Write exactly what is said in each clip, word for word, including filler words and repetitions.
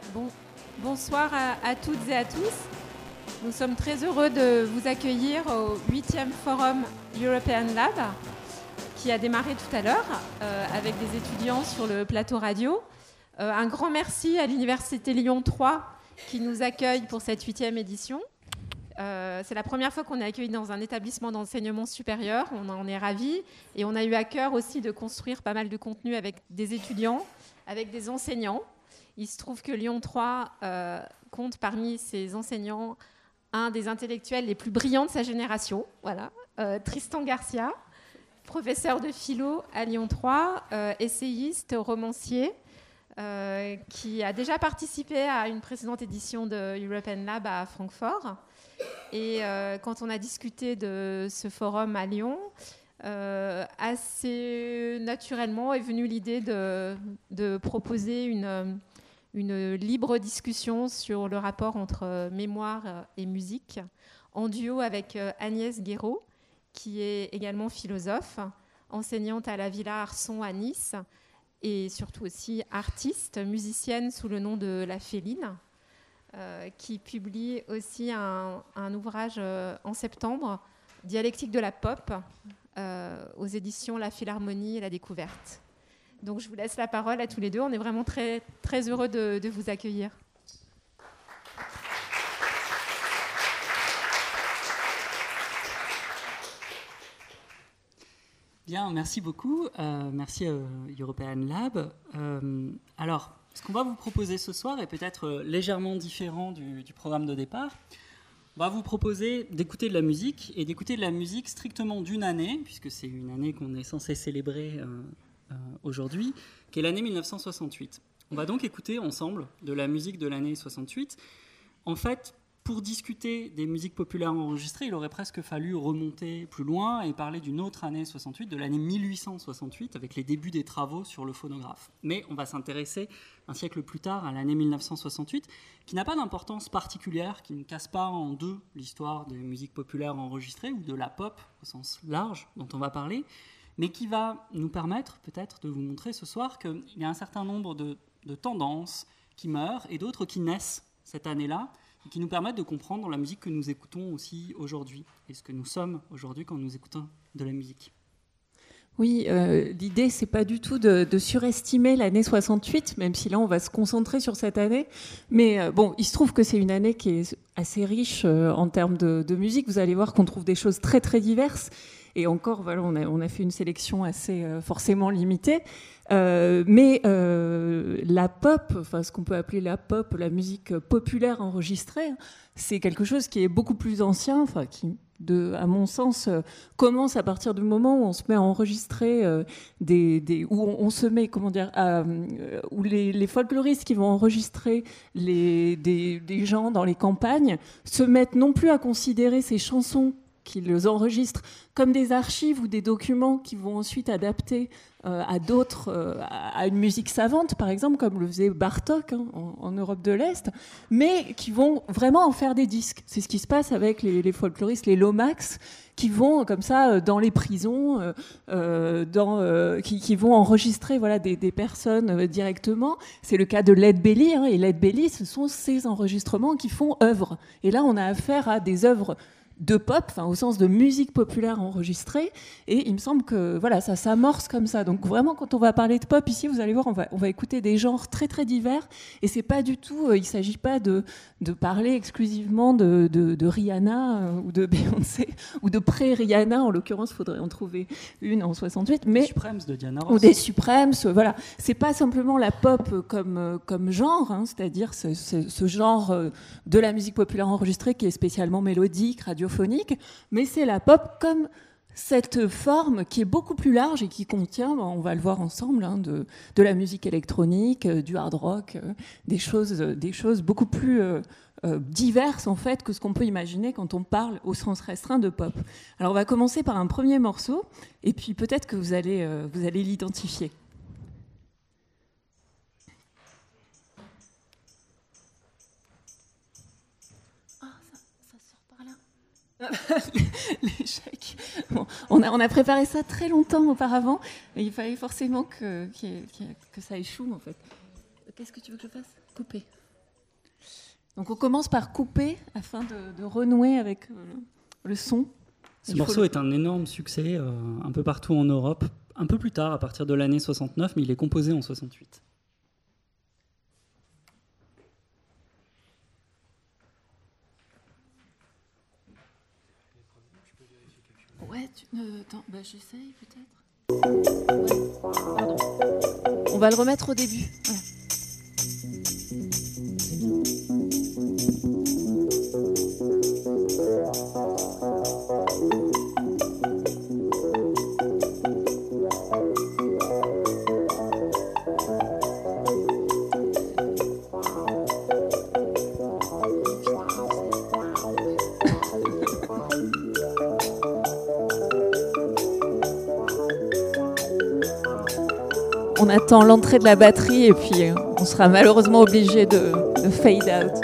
Bon, bonsoir à, à toutes et à tous. Nous sommes très heureux de vous accueillir au huitième Forum European Lab qui a démarré tout à l'heure euh, avec des étudiants sur le plateau radio. Euh, un grand merci à l'Université Lyon trois qui nous accueille pour cette huitième édition. Euh, c'est la première fois qu'on est accueilli dans un établissement d'enseignement supérieur. On en est ravis. Et on a eu à cœur aussi de construire pas mal de contenu avec des étudiants, avec des enseignants. Il se trouve que Lyon trois euh, compte parmi ses enseignants un des intellectuels les plus brillants de sa génération. Voilà. Euh, Tristan Garcia, professeur de philo à Lyon trois, euh, essayiste, romancier, euh, qui a déjà participé à une précédente édition de European Lab à Francfort. Et euh, quand on a discuté de ce forum à Lyon, euh, assez naturellement est venue l'idée de, de proposer une, une libre discussion sur le rapport entre mémoire et musique, en duo avec Agnès Guéraud, qui est également philosophe, enseignante à la Villa Arson à Nice, et surtout aussi artiste, musicienne sous le nom de La Féline. Euh, qui publie aussi un, un ouvrage euh, en septembre, Dialectique de la pop, euh, aux éditions La Philharmonie et la Découverte. Donc je vous laisse la parole à tous les deux. On est vraiment très, très heureux de, de vous accueillir. Bien, merci beaucoup. Euh, merci à European Lab. Euh, alors, ce qu'on va vous proposer ce soir est peut-être légèrement différent du, du programme de départ. On va vous proposer d'écouter de la musique et d'écouter de la musique strictement d'une année, puisque c'est une année qu'on est censé célébrer euh, euh, aujourd'hui, qui est l'année mille neuf cent soixante-huit. On va donc écouter ensemble de la musique de l'année soixante-huit. En fait, pour discuter des musiques populaires enregistrées, il aurait presque fallu remonter plus loin et parler d'une autre année soixante-huit, de l'année mille huit cent soixante-huit, avec les débuts des travaux sur le phonographe. Mais on va s'intéresser un siècle plus tard à l'année mille neuf cent soixante-huit, qui n'a pas d'importance particulière, qui ne casse pas en deux l'histoire des musiques populaires enregistrées ou de la pop au sens large dont on va parler, mais qui va nous permettre peut-être de vous montrer ce soir qu'il y a un certain nombre de, de tendances qui meurent et d'autres qui naissent cette année-là, et qui nous permettent de comprendre la musique que nous écoutons aussi aujourd'hui, et ce que nous sommes aujourd'hui quand nous écoutons de la musique. Oui, euh, l'idée, c'est pas du tout de, de surestimer l'année soixante-huit, même si là, on va se concentrer sur cette année. Mais euh, bon, il se trouve que c'est une année qui est assez riche euh, en termes de, de musique. Vous allez voir qu'on trouve des choses très, très diverses. Et encore, voilà, on a, on a fait une sélection assez euh, forcément limitée. Euh, mais euh, la pop, enfin ce qu'on peut appeler la pop, la musique populaire enregistrée, c'est quelque chose qui est beaucoup plus ancien, enfin qui, de, à mon sens, euh, commence à partir du moment où on se met à enregistrer euh, des, des, où on, on se met, comment dire, à, euh, où les, les folkloristes qui vont enregistrer les, des, des gens dans les campagnes se mettent non plus à considérer ces chansons qu'ils enregistrent comme des archives ou des documents qu'ils vont ensuite adapter euh, à d'autres, euh, à une musique savante, par exemple, comme le faisait Bartók hein, en, en Europe de l'Est, mais qui vont vraiment en faire des disques. C'est ce qui se passe avec les, les folkloristes, les Lomax, qui vont comme ça dans les prisons, euh, dans, euh, qui, qui vont enregistrer voilà, des, des personnes euh, directement. C'est le cas de Led Belly, hein, et Led Belly, ce sont ces enregistrements qui font œuvre. Et là, on a affaire à des œuvres de pop, enfin, au sens de musique populaire enregistrée, et il me semble que voilà, ça s'amorce comme ça. Donc vraiment, quand on va parler de pop ici, vous allez voir, on va, on va écouter des genres très très divers, et c'est pas du tout, euh, il s'agit pas de, de parler exclusivement de, de, de Rihanna euh, ou de Beyoncé ou de pré-Rihanna, en l'occurrence, faudrait en trouver une en soixante-huit, mais des Supremes de Diana Ross. Ou des Supremes, voilà. C'est pas simplement la pop comme comme genre, hein, c'est-à-dire ce, ce, ce genre de la musique populaire enregistrée qui est spécialement mélodique, radio phonique, mais c'est la pop comme cette forme qui est beaucoup plus large et qui contient, on va le voir ensemble, hein, de, de la musique électronique, du hard rock, des choses, des choses beaucoup plus euh, euh, diverses en fait que ce qu'on peut imaginer quand on parle au sens restreint de pop. Alors on va commencer par un premier morceau et puis peut-être que vous allez, euh, vous allez l'identifier. L'échec. Bon, on, a, on a préparé ça très longtemps auparavant, et il fallait forcément que, que, que ça échoue en fait. Qu'est-ce que tu veux que je fasse ? Couper. Donc on commence par couper afin de, de renouer avec euh, le son. Ce Il morceau le... est un énorme succès euh, un peu partout en Europe, un peu plus tard, à partir de l'année soixante-neuf, mais il est composé en soixante-huit. Ouais, tu... euh, attends, bah, j'essaye peut-être. Ouais. Pardon. On va le remettre au début. Voilà. On attend l'entrée de la batterie et puis on sera malheureusement obligé de, de fade out.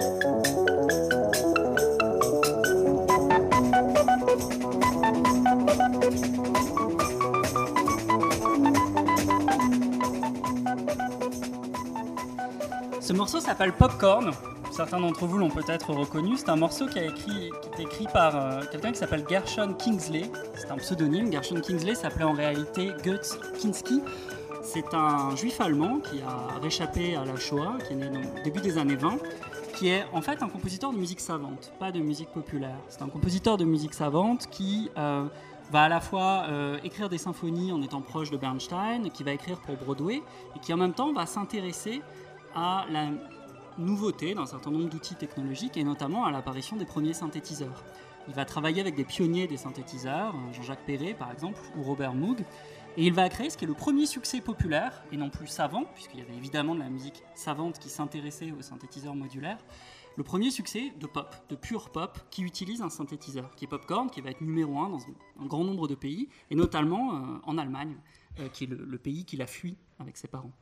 Ce morceau s'appelle Popcorn. Certains d'entre vous l'ont peut-être reconnu. C'est un morceau qui, a écrit, qui est écrit par euh, quelqu'un qui s'appelle Gershon Kingsley. C'est un pseudonyme. Gershon Kingsley s'appelait en réalité Götz Kinski. C'est un juif allemand qui a réchappé à la Shoah, qui est né au début des années vingt, qui est en fait un compositeur de musique savante, pas de musique populaire. C'est un compositeur de musique savante qui euh, va à la fois euh, écrire des symphonies en étant proche de Bernstein, qui va écrire pour Broadway, et qui en même temps va s'intéresser à la nouveauté d'un certain nombre d'outils technologiques, et notamment à l'apparition des premiers synthétiseurs. Il va travailler avec des pionniers des synthétiseurs, Jean-Jacques Perrey par exemple, ou Robert Moog, et il va créer ce qui est le premier succès populaire, et non plus savant, puisqu'il y avait évidemment de la musique savante qui s'intéressait aux synthétiseurs modulaires, le premier succès de pop, de pure pop, qui utilise un synthétiseur, qui est Popcorn, qui va être numéro un dans un grand nombre de pays, et notamment euh, en Allemagne, euh, qui est le, le pays qu'il a fui avec ses parents.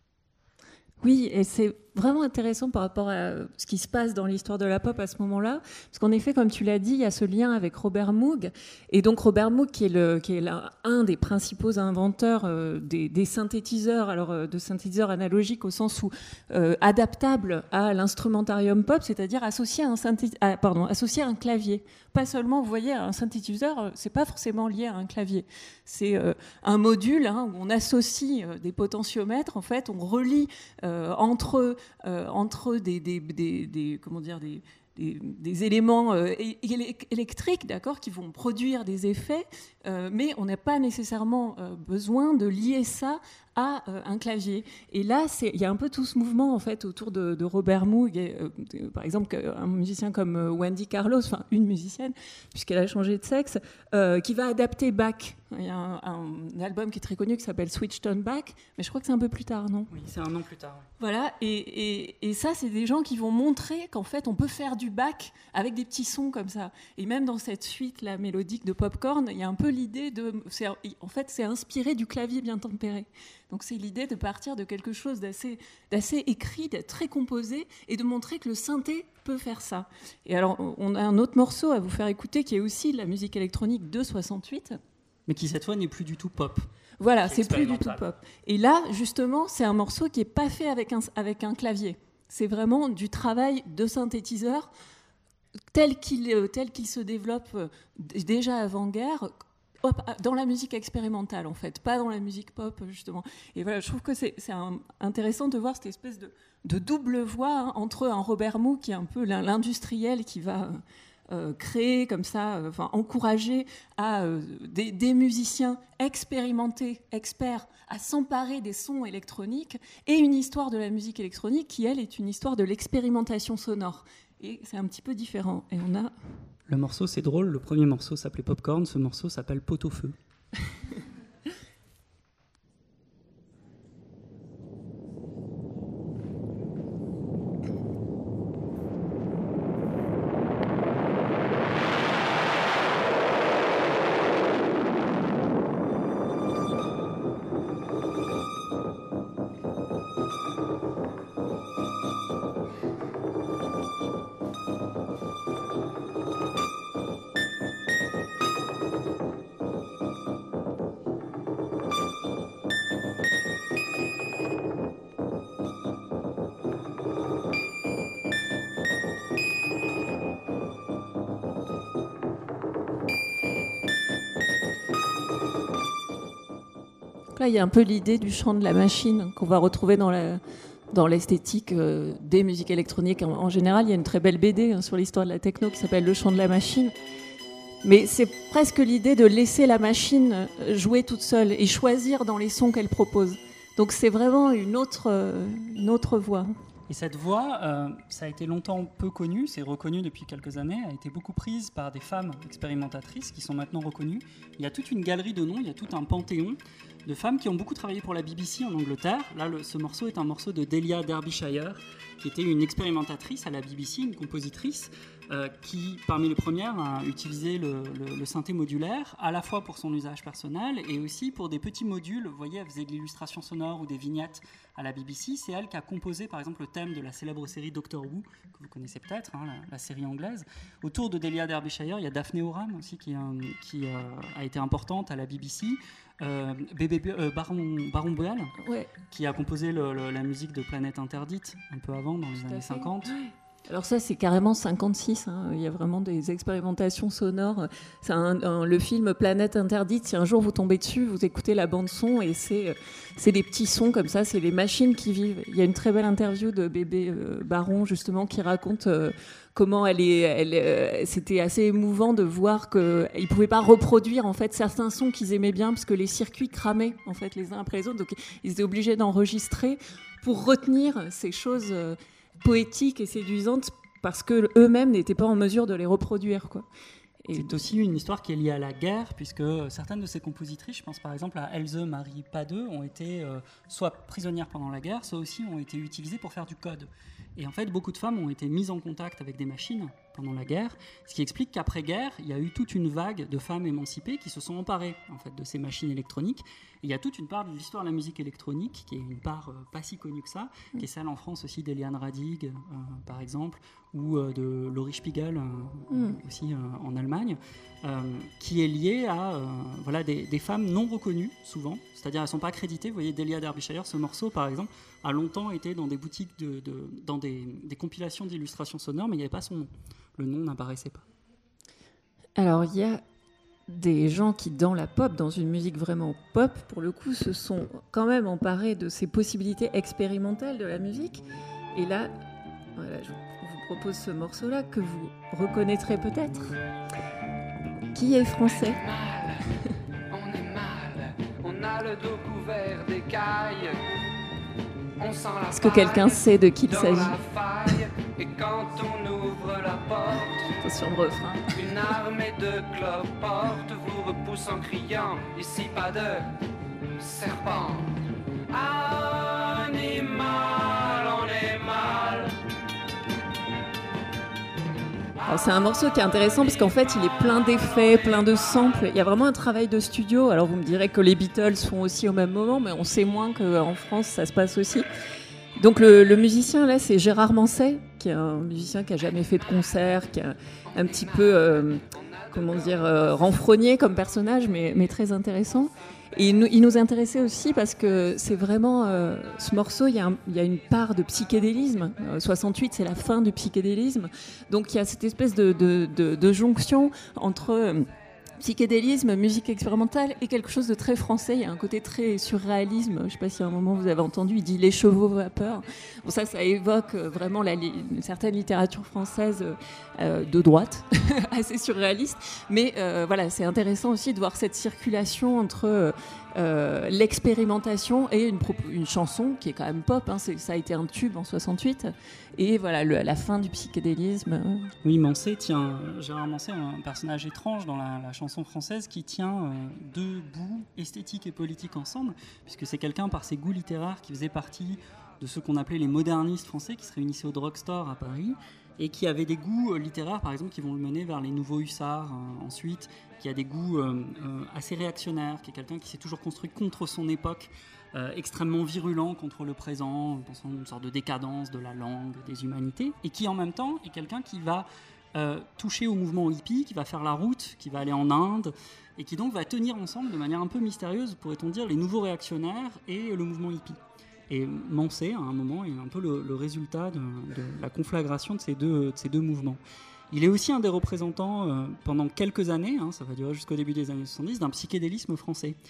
Oui, et c'est vraiment intéressant par rapport à ce qui se passe dans l'histoire de la pop à ce moment-là, parce qu'en effet, comme tu l'as dit, il y a ce lien avec Robert Moog, et donc Robert Moog qui est, le, qui est là, un des principaux inventeurs euh, des, des synthétiseurs, alors euh, de synthétiseurs analogiques au sens où euh, adaptables à l'instrumentarium pop, c'est-à-dire associé à un synthé- à, pardon, associé à un clavier. Pas seulement, vous voyez, un synthétiseur, c'est pas forcément lié à un clavier. C'est euh, un module hein, où on associe euh, des potentiomètres, en fait, on relie euh, entre Euh, entre des, des, des, des, comment dire, des, des, des éléments euh, électriques, d'accord, qui vont produire des effets, euh, mais on n'a pas nécessairement euh, besoin de lier ça à euh, un clavier. Et là, il y a un peu tout ce mouvement en fait autour de, de Robert Moog, et, euh, de, par exemple un musicien comme euh, Wendy Carlos, enfin une musicienne puisqu'elle a changé de sexe, euh, qui va adapter Bach. Il y a un, un album qui est très connu qui s'appelle Switched on Bach, mais je crois que c'est un peu plus tard, non ? Oui, c'est un an plus tard. Oui. Voilà, et, et, et ça, c'est des gens qui vont montrer qu'en fait, on peut faire du Bach avec des petits sons comme ça. Et même dans cette suite, la mélodique de Popcorn, il y a un peu l'idée de... C'est, en fait, c'est inspiré du clavier bien tempéré. Donc c'est l'idée de partir de quelque chose d'assez, d'assez écrit, d'être très composé, et de montrer que le synthé peut faire ça. Et alors, on a un autre morceau à vous faire écouter, qui est aussi de la musique électronique de soixante-huit. Mais qui cette fois n'est plus du tout pop. Voilà, c'est plus du tout pop. Et là, justement, c'est un morceau qui n'est pas fait avec un, avec un clavier. C'est vraiment du travail de synthétiseur tel qu'il, tel qu'il se développe déjà avant-guerre, dans la musique expérimentale, en fait, pas dans la musique pop, justement. Et voilà, je trouve que c'est, c'est un, intéressant de voir cette espèce de, de double voix hein, entre un Robert Moog, qui est un peu l'industriel, qui va... Euh, créer comme ça, euh, enfin encourager à euh, des, des musiciens expérimentés, experts, à s'emparer des sons électroniques, et une histoire de la musique électronique qui, elle, est une histoire de l'expérimentation sonore. Et c'est un petit peu différent. Et on a... Le morceau, c'est drôle, le premier morceau s'appelait Popcorn, ce morceau s'appelle Pot-au-feu. morceau-là, il y a un peu l'idée du chant de la machine qu'on va retrouver dans la, dans l'esthétique euh, des musiques électroniques. En, en général, il y a une très belle B D hein, sur l'histoire de la techno qui s'appelle Le chant de la machine. Mais c'est presque l'idée de laisser la machine jouer toute seule et choisir dans les sons qu'elle propose. Donc c'est vraiment une autre, euh, une autre voix. Et cette voix, euh, ça a été longtemps peu connu, c'est reconnu depuis quelques années, a été beaucoup prise par des femmes expérimentatrices qui sont maintenant reconnues. Il y a toute une galerie de noms, il y a tout un panthéon de femmes qui ont beaucoup travaillé pour la B B C en Angleterre. Là, le, ce morceau est un morceau de Delia Derbyshire, qui était une expérimentatrice à la B B C, une compositrice, euh, qui, parmi les premières, a utilisé le, le, le synthé modulaire, à la fois pour son usage personnel et aussi pour des petits modules. Vous voyez, elle faisait de l'illustration sonore ou des vignettes à la B B C. C'est elle qui a composé, par exemple, le thème de la célèbre série Doctor Who, que vous connaissez peut-être, hein, la, la série anglaise. Autour de Delia Derbyshire, il y a Daphne Oram aussi, qui, euh, qui euh, a été importante à la B B C. Euh, Bébé, euh, Baron, Baron Boyle, ouais. qui a composé le, le, la musique de Planète Interdite un peu avant, dans les Tout années cinquante. Alors ça, c'est carrément cinquante-six. Hein. Il y a vraiment des expérimentations sonores. C'est un, un, le film Planète Interdite. Si un jour vous tombez dessus, vous écoutez la bande son et c'est, c'est des petits sons comme ça. C'est les machines qui vivent. Il y a une très belle interview de Bébé euh, Baron justement qui raconte euh, comment elle est. Elle, euh, c'était assez émouvant de voir qu'ils pouvaient pas reproduire en fait certains sons qu'ils aimaient bien parce que les circuits cramaient en fait les uns après les autres. Donc ils étaient obligés d'enregistrer pour retenir ces choses. Euh, poétiques et séduisantes parce qu'eux-mêmes n'étaient pas en mesure de les reproduire, quoi. Et c'est aussi une histoire qui est liée à la guerre, puisque certaines de ces compositrices, je pense par exemple à Else Marie Padeux, ont été euh, soit prisonnières pendant la guerre, soit aussi ont été utilisées pour faire du code. Et en fait, beaucoup de femmes ont été mises en contact avec des machines pendant la guerre, ce qui explique qu'après-guerre, il y a eu toute une vague de femmes émancipées qui se sont emparées en fait, de ces machines électroniques. Et il y a toute une part de l'histoire de la musique électronique, qui est une part euh, pas si connue que ça, mmh. qui est celle en France aussi d'Eliane Radig, euh, par exemple, ou euh, de Laurie Spiegel, euh, mmh. aussi euh, en Allemagne, euh, qui est liée à euh, voilà, des, des femmes non reconnues, souvent, c'est-à-dire elles ne sont pas accréditées. Vous voyez, Delia Derbyshire, ce morceau, par exemple, a longtemps été dans des boutiques, de, de, dans des, des compilations d'illustrations sonores, mais il n'y avait pas son nom. Le nom n'apparaissait pas. Alors, il y a des gens qui, dans la pop, dans une musique vraiment pop, pour le coup, se sont quand même emparés de ces possibilités expérimentales de la musique. Et là, voilà, je vous propose ce morceau-là que vous reconnaîtrez peut-être. Qui est français ? On est mal, on a le dos couvert d'écailles. Est-ce que quelqu'un sait de qui il s'agit ? Et quand on ouvre la porte, attention le refrain. Une armée de cloportes vous repousse en criant ici pas de serpent. Animal, on est mal. Alors c'est un morceau qui est intéressant parce qu'en fait il est plein d'effets, plein de samples. Il y a vraiment un travail de studio. Alors vous me direz que les Beatles font aussi au même moment, mais on sait moins qu'en France ça se passe aussi. Donc le, le musicien là c'est Gérard Manset, qui est un musicien qui a jamais fait de concert, qui est un, un petit peu euh, comment dire euh, renfrogné comme personnage, mais, mais très intéressant. Et il nous, il nous intéressait aussi parce que c'est vraiment euh, ce morceau, il y, a un, il y a une part de psychédélisme. Euh, soixante-huit, c'est la fin du psychédélisme, donc il y a cette espèce de, de, de, de jonction entre euh, psychédélisme, musique expérimentale et quelque chose de très français. Il y a un côté très surréalisme. Je ne sais pas si à un moment vous avez entendu, il dit les chevaux vapeur. Bon, ça, ça évoque vraiment la, une certaine littérature française euh, de droite, assez surréaliste. Mais euh, voilà, c'est intéressant aussi de voir cette circulation entre euh, l'expérimentation et une, une chanson qui est quand même pop. Hein, c'est, ça a été un tube en soixante-huit. Et voilà, le, la fin du psychédélisme. Oui, Manset tient, Gérard Manset, un personnage étrange dans la, la chanson française qui tient euh, deux bouts esthétiques et politiques ensemble, puisque c'est quelqu'un par ses goûts littéraires qui faisait partie de ceux qu'on appelait les modernistes français, qui se réunissaient au Drugstore à Paris, et qui avait des goûts euh, littéraires, par exemple, qui vont le mener vers les nouveaux hussards euh, ensuite, qui a des goûts euh, euh, assez réactionnaires, qui est quelqu'un qui s'est toujours construit contre son époque, Euh, extrêmement virulent contre le présent, pensant à une sorte de décadence de la langue, des humanités, et qui en même temps est quelqu'un qui va euh, toucher au mouvement hippie, qui va faire la route, qui va aller en Inde, et qui donc va tenir ensemble de manière un peu mystérieuse, pourrait-on dire, les nouveaux réactionnaires et le mouvement hippie. Et Manset, à un moment, est un peu le, le résultat de, de la conflagration de ces deux, de ces deux mouvements. Il est aussi un des représentants, euh, pendant quelques années, hein, ça va durer jusqu'au début des années soixante-dix, d'un psychédélisme français.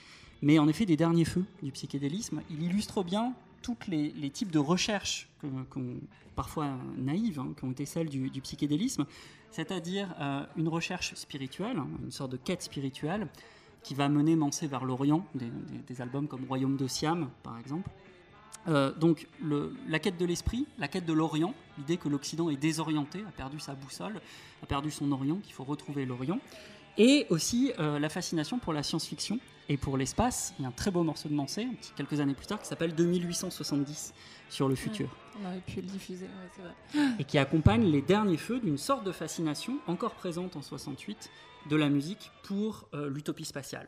mais en effet des derniers feux du psychédélisme. Il illustre bien tous les, les types de recherches, que, qu'on, parfois naïves, hein, qui ont été celles du, du psychédélisme, c'est-à-dire euh, une recherche spirituelle, hein, une sorte de quête spirituelle, qui va mener Mansé vers l'Orient, des, des, des albums comme Royaume de Siam, par exemple. Euh, donc le, la quête de l'esprit, la quête de l'Orient, l'idée que l'Occident est désorienté, a perdu sa boussole, a perdu son Orient, qu'il faut retrouver l'Orient, et aussi euh, la fascination pour la science-fiction et pour l'espace. Il y a un très beau morceau de Mansé, un petit, quelques années plus tard, qui s'appelle deux mille huit cent soixante-dix, sur le futur. Ouais, on aurait pu le diffuser, ouais, c'est vrai. Et qui accompagne les derniers feux d'une sorte de fascination, encore présente en soixante-huit, de la musique pour euh, l'utopie spatiale.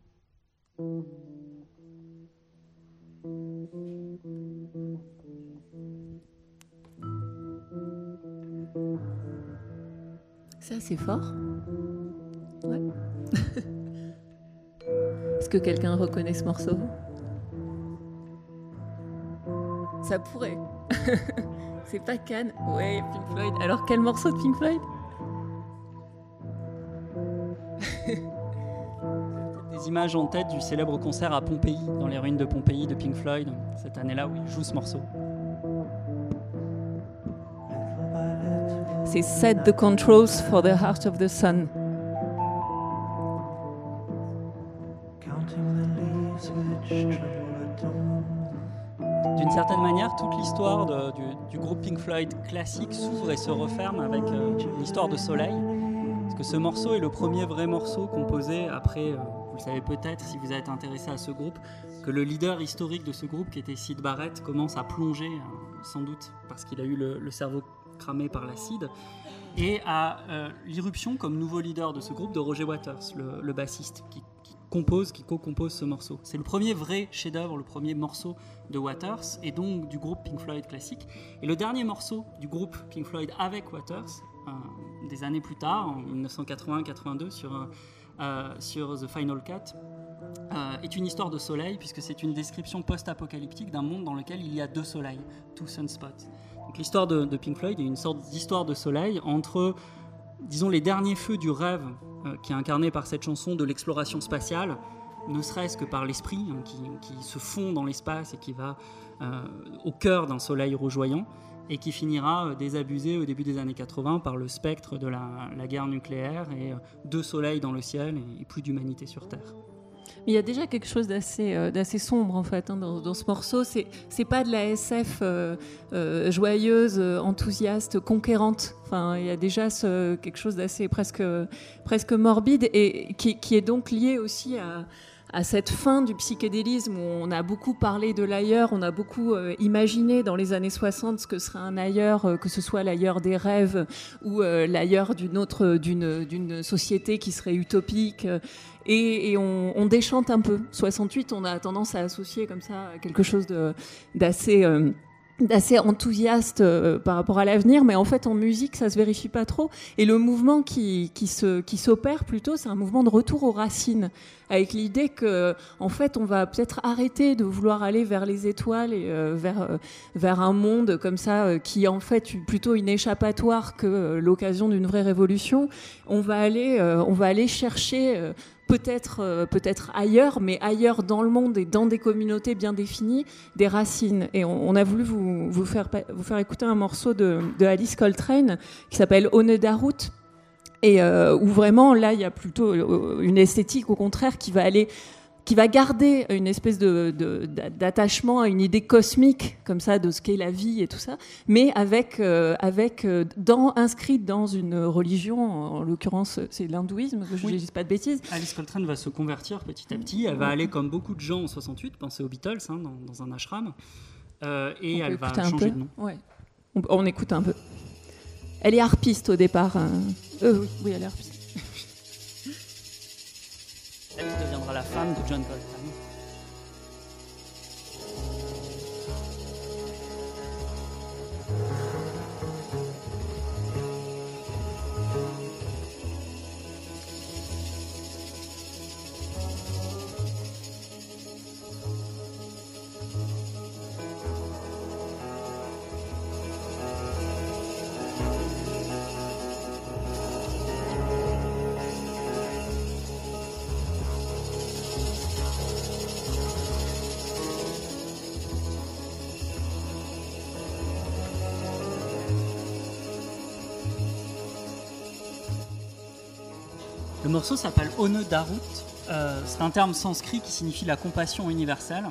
Ça, c'est fort. Ouais. Est-ce que quelqu'un reconnaît ce morceau ? Ça pourrait. C'est pas Cannes. Ouais, Pink Floyd. Alors, quel morceau de Pink Floyd ? Des images en tête du célèbre concert à Pompéi, dans les ruines de Pompéi de Pink Floyd, cette année-là où il joue ce morceau. C'est Set the Controls for the Heart of the Sun. D'une certaine manière, toute l'histoire de, du, du groupe Pink Floyd classique s'ouvre et se referme avec euh, une histoire de soleil. Parce que ce morceau est le premier vrai morceau composé après, euh, vous le savez peut-être si vous êtes intéressé à ce groupe, que le leader historique de ce groupe, qui était Syd Barrett, commence à plonger, euh, sans doute parce qu'il a eu le, le cerveau cramé par l'acide, et à euh, l'irruption comme nouveau leader de ce groupe de Roger Waters, le, le bassiste, qui, qui compose, qui co-compose ce morceau. C'est le premier vrai chef-d'œuvre, le premier morceau de Waters, et donc du groupe Pink Floyd classique. Et le dernier morceau du groupe Pink Floyd avec Waters, euh, des années plus tard, en dix-neuf cent quatre-vingts quatre-vingt-deux, sur, euh, sur The Final Cut, euh, est une histoire de soleil, puisque c'est une description post-apocalyptique d'un monde dans lequel il y a deux soleils, two sunspots. Donc l'histoire de, de Pink Floyd est une sorte d'histoire de soleil entre, disons, les derniers feux du rêve, euh, qui est incarné par cette chanson de l'exploration spatiale, ne serait-ce que par l'esprit, hein, qui, qui se fond dans l'espace et qui va euh, au cœur d'un soleil rougeoyant, et qui finira euh, désabusé au début des années quatre-vingts par le spectre de la, la guerre nucléaire et euh, deux soleils dans le ciel et, et plus d'humanité sur Terre. Mais il y a déjà quelque chose d'assez, euh, d'assez sombre en fait hein, dans, dans ce morceau. C'est, c'est pas de la S F euh, euh, joyeuse, enthousiaste, conquérante. Enfin, il y a déjà ce, quelque chose d'assez presque, presque morbide et qui, qui est donc lié aussi à, à cette fin du psychédélisme où on a beaucoup parlé de l'ailleurs, on a beaucoup euh, imaginé dans les années soixante ce que serait un ailleurs, euh, que ce soit l'ailleurs des rêves ou euh, l'ailleurs d'une autre, d'une, d'une société qui serait utopique. Euh, Et, et on, on déchante un peu. soixante-huit, on a tendance à associer comme ça quelque chose de, d'assez, euh, d'assez enthousiaste euh, par rapport à l'avenir, mais en fait en musique ça se vérifie pas trop. Et le mouvement qui, qui, se, qui s'opère plutôt, c'est un mouvement de retour aux racines, avec l'idée que en fait on va peut-être arrêter de vouloir aller vers les étoiles et euh, vers, euh, vers un monde comme ça euh, qui est en fait plutôt une échappatoire que euh, l'occasion d'une vraie révolution. On va aller, euh, on va aller chercher euh, peut-être, euh, peut-être ailleurs, mais ailleurs dans le monde et dans des communautés bien définies, des racines. Et on, on a voulu vous, vous, faire, vous faire écouter un morceau de, de Alice Coltrane qui s'appelle Onedarut, et euh, où vraiment, là, il y a plutôt une esthétique, au contraire, qui va aller... qui va garder une espèce de, de, d'attachement à une idée cosmique, comme ça, de ce qu'est la vie et tout ça, mais avec, euh, avec euh, dans, inscrite dans une religion, en l'occurrence, c'est l'hindouisme, que je ne oui. dise pas de bêtises. Alice Coltrane va se convertir petit à petit, elle va aller, comme beaucoup de gens en soixante-huit, penser aux Beatles, hein, dans, dans un ashram, euh, et elle va changer de nom. Ouais. On, on écoute un peu. Elle est harpiste au départ. Hein. Euh, oui, oui, elle est harpiste. Elle qui deviendra la femme de John Coltrane. Le morceau s'appelle One Darut. Euh, c'est un terme sanskrit qui signifie la compassion universelle.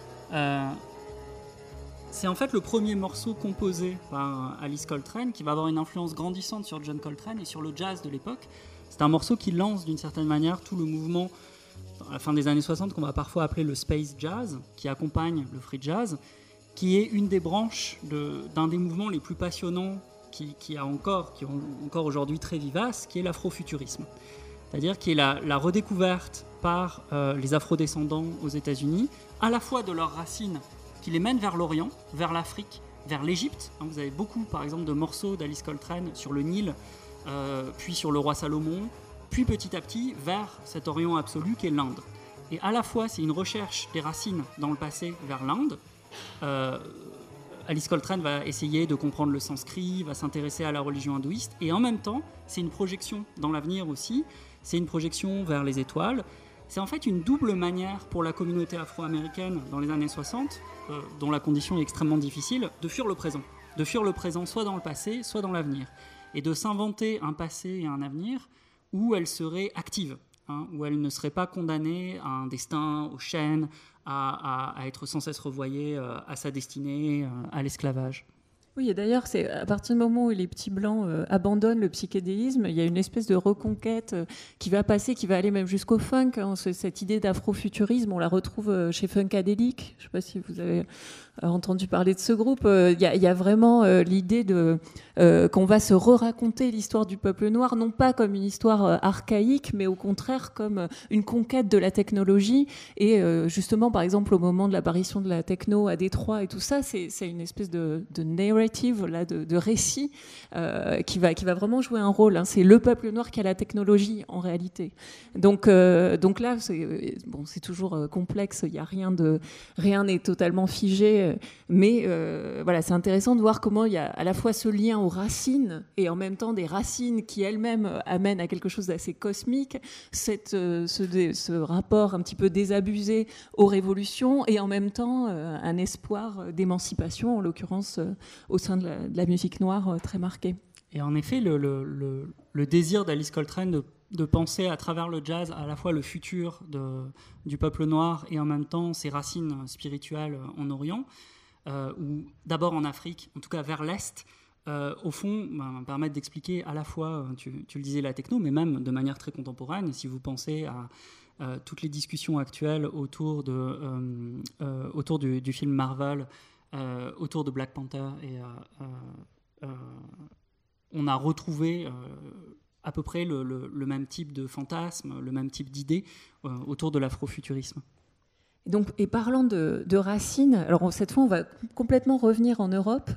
Euh, c'est en fait le premier morceau composé par Alice Coltrane qui va avoir une influence grandissante sur John Coltrane et sur le jazz de l'époque. C'est un morceau qui lance d'une certaine manière tout le mouvement à la fin des années soixante qu'on va parfois appeler le space jazz, qui accompagne le free jazz, qui est une des branches de, d'un des mouvements les plus passionnants qui, qui, a encore, qui est encore aujourd'hui très vivace, qui est l'afrofuturisme. C'est-à-dire qui est la, la redécouverte par euh, les afrodescendants aux États-Unis, à la fois de leurs racines qui les mènent vers l'Orient, vers l'Afrique, vers l'Égypte. Hein, vous avez beaucoup, par exemple, de morceaux d'Alice Coltrane sur le Nil, euh, puis sur le roi Salomon, puis petit à petit vers cet Orient absolu qu'est l'Inde. Et à la fois, c'est une recherche des racines dans le passé vers l'Inde. Euh, Alice Coltrane va essayer de comprendre le sanskrit, va s'intéresser à la religion hindouiste, et en même temps, c'est une projection dans l'avenir aussi. C'est une projection vers les étoiles. C'est en fait une double manière pour la communauté afro-américaine dans les années soixante, euh, dont la condition est extrêmement difficile, de fuir le présent. De fuir le présent soit dans le passé, soit dans l'avenir. Et de s'inventer un passé et un avenir où elle serait active, hein, où elle ne serait pas condamnée à un destin, aux chaînes, à, à, à être sans cesse revoyée euh, à sa destinée, euh, à l'esclavage. Oui, et d'ailleurs, c'est à partir du moment où les petits blancs euh, abandonnent le psychédélisme, il y a une espèce de reconquête euh, qui va passer, qui va aller même jusqu'au funk. Hein. Cette idée d'afrofuturisme, on la retrouve euh, chez Funkadelic. Je ne sais pas si vous avez euh, entendu parler de ce groupe. Il euh, y, y a vraiment euh, l'idée de, euh, qu'on va se re-raconter l'histoire du peuple noir, non pas comme une histoire euh, archaïque, mais au contraire comme euh, une conquête de la technologie. Et euh, justement, par exemple, au moment de l'apparition de la techno à Détroit et tout ça, c'est, c'est une espèce de, de narrative là, de, de récit euh, qui, va, qui va vraiment jouer un rôle. Hein. C'est le peuple noir qui a la technologie en réalité. Donc, euh, donc là, c'est, bon, c'est toujours euh, complexe, il y a rien de, rien n'est totalement figé, mais euh, voilà, c'est intéressant de voir comment il y a à la fois ce lien aux racines et en même temps des racines qui elles-mêmes amènent à quelque chose d'assez cosmique, cette, euh, ce, ce rapport un petit peu désabusé aux révolutions et en même temps euh, un espoir d'émancipation, en l'occurrence euh, au sein de la, de la musique noire euh, très marquée. Et en effet, le, le, le, le désir d'Alice Coltrane de, de penser à travers le jazz à la fois le futur de, du peuple noir et en même temps ses racines spirituelles en Orient, euh, ou d'abord en Afrique, en tout cas vers l'Est, euh, au fond, ben, permettent d'expliquer à la fois, tu, tu le disais, la techno, mais même de manière très contemporaine. Si vous pensez à euh, toutes les discussions actuelles autour, de, euh, euh, autour du, du film Marvel, Euh, autour de Black Panther, et euh, euh, on a retrouvé euh, à peu près le, le, le même type de fantasme, le même type d'idée euh, autour de l'afrofuturisme. Donc, et parlant de, de racines, alors cette fois on va complètement revenir en Europe.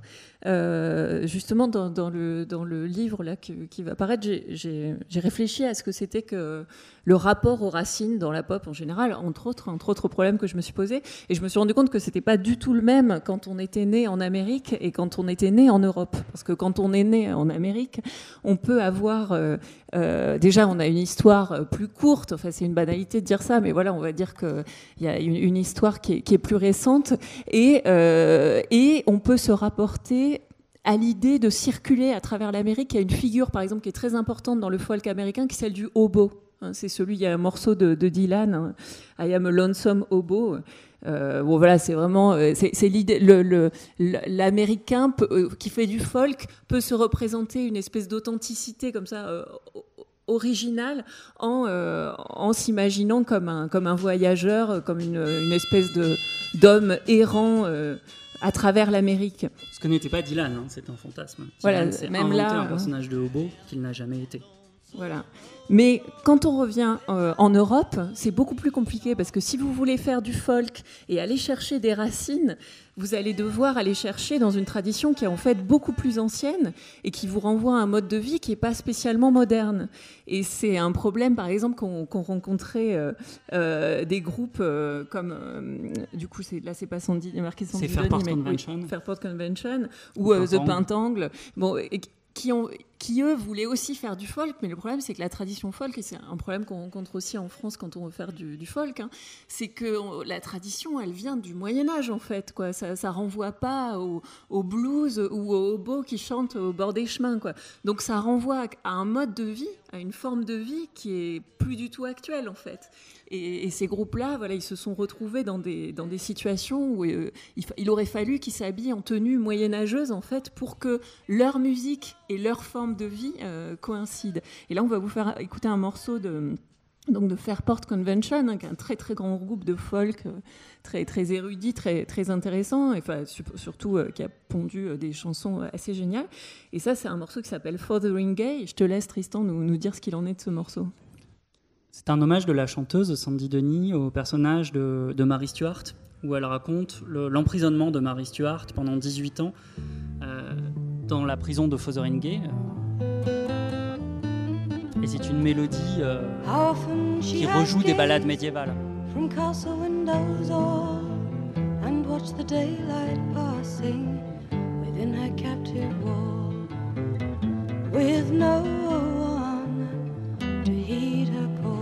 Euh, justement dans, dans, le, dans le livre là, qui, qui va apparaître, j'ai, j'ai, j'ai réfléchi à ce que c'était que le rapport aux racines dans la pop en général, entre autres, entre autres problèmes que je me suis posé. Et je me suis rendu compte que c'était pas du tout le même quand on était né en Amérique et quand on était né en Europe. Parce que quand on est né en Amérique, on peut avoir... Euh, euh, déjà, on a une histoire plus courte. Enfin, c'est une banalité de dire ça, mais voilà, on va dire qu'il y a une, une histoire qui est, qui est plus récente. Et, euh, et on peut se rapporter à l'idée de circuler à travers l'Amérique. Il y a une figure, par exemple, qui est très importante dans le folk américain, qui est celle du hobo. C'est celui, il y a un morceau de, de Dylan, hein, I am a lonesome hobo. Euh, bon, voilà, c'est vraiment, c'est, c'est l'idée, le, le, l'Américain peut, euh, qui fait du folk peut se représenter une espèce d'authenticité comme ça, euh, originale, en, euh, en s'imaginant comme un, comme un voyageur, comme une, une espèce de, d'homme errant. Euh, à travers l'Amérique. Ce que n'était pas Dylan, hein, c'est un fantasme. Dylan, voilà, c'est même inventé là, un personnage de hobo qu'il n'a jamais été. Voilà. Mais quand on revient euh, en Europe, c'est beaucoup plus compliqué parce que si vous voulez faire du folk et aller chercher des racines, vous allez devoir aller chercher dans une tradition qui est en fait beaucoup plus ancienne et qui vous renvoie à un mode de vie qui n'est pas spécialement moderne. Et c'est un problème, par exemple, qu'on, qu'on rencontrait euh, euh, des groupes euh, comme, euh, du coup, c'est, là, c'est pas Sandy, marqué Sandy c'est Fairport Denis, Convention, oui, Fairport Convention ou euh, The Pentangle. Bon, et, qui ont qui eux voulaient aussi faire du folk, mais le problème c'est que la tradition folk, et c'est un problème qu'on rencontre aussi en France quand on veut faire du, du folk, hein, c'est que on, la tradition elle vient du Moyen-Âge en fait, quoi. Ça, ça renvoie pas au, au blues ou au hobo qui chantent au bord des chemins, quoi. Donc ça renvoie à un mode de vie, à une forme de vie qui est plus du tout actuelle en fait. Et, et ces groupes-là, voilà, ils se sont retrouvés dans des, dans des situations où euh, il, il aurait fallu qu'ils s'habillent en tenue moyenâgeuse en fait pour que leur musique et leur forme de vie euh, coïncident. Et là, on va vous faire écouter un morceau de, donc de Fairport Convention, hein, qui est un très très grand groupe de folk, euh, très très érudit, très très intéressant, et enfin surtout euh, qui a pondu euh, des chansons assez géniales. Et ça, c'est un morceau qui s'appelle Fothering Gay. Je te laisse, Tristan, nous, nous dire ce qu'il en est de ce morceau. C'est un hommage de la chanteuse Sandy Denny au personnage de, de Mary Stuart, où elle raconte le, l'emprisonnement de Mary Stuart pendant dix-huit ans euh, dans la prison de Fotheringay. Euh, et c'est une mélodie euh, qui rejoue des ballades médiévales. From castle windows all, and watch the daylight passing within her captive wall, with no one to heed her call.